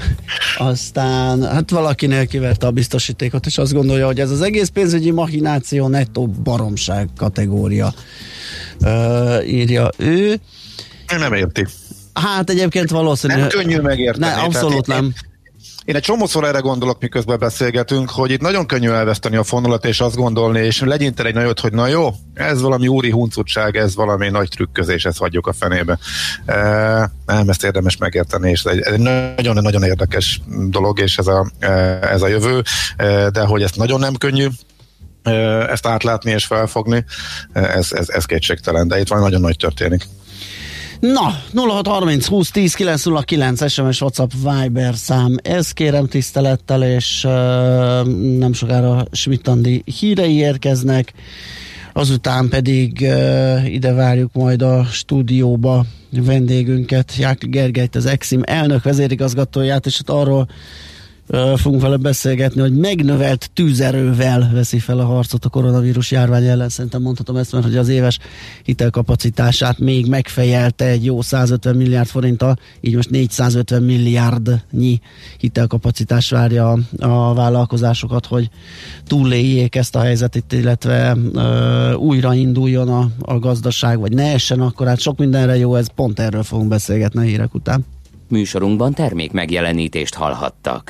aztán, hát valakinél kiverte a biztosítékot, és azt gondolja, hogy ez az egész pénzügyi machináció nettó baromság kategória. Uh, írja ő. Nem érti. Hát egyébként valószínűleg... Nem könnyű megérteni. Ne, abszolút nem. Én, én egy csomószor erre gondolok, miközben beszélgetünk, hogy itt nagyon könnyű elveszteni a fonalat, és azt gondolni, és legyintel egy nagyot, hogy na jó, ez valami úri huncutság, ez valami nagy trükközés, ezt hagyjuk a fenébe. E, nem, ezt érdemes megérteni, és ez egy nagyon-nagyon érdekes dolog, és ez a, ez a jövő, de hogy ezt nagyon nem könnyű ezt átlátni és felfogni, ez, ez, ez kétségtelen, de itt van nagyon nagy történik. Na, nulla hat harminc húsz tíz kilenc nulla kilenc es em es, WhatsApp, Viber szám, ez kérem tisztelettel, és uh, nem sokára Schmidt-Andi hírei érkeznek, azután pedig uh, ide várjuk majd a stúdióba vendégünket, Jákli Gergelyt, az Exim elnök vezérigazgatóját, és hát arról Uh, fogunk vele beszélgetni, hogy megnövelt tűzerővel veszi fel a harcot a koronavírus járvány ellen. Szerintem mondhatom ezt, mert hogy az éves hitelkapacitását még megfejelte egy jó százötven milliárd forinttal, így most négyszázötven milliárdnyi hitelkapacitás várja a, a vállalkozásokat, hogy túléljék ezt a helyzetet, illetve uh, újrainduljon a, a gazdaság, vagy ne essen akkor, hát sok mindenre jó, ez pont erről fogunk beszélgetni a hírek után. Műsorunkban termék megjelenítést hallhattak.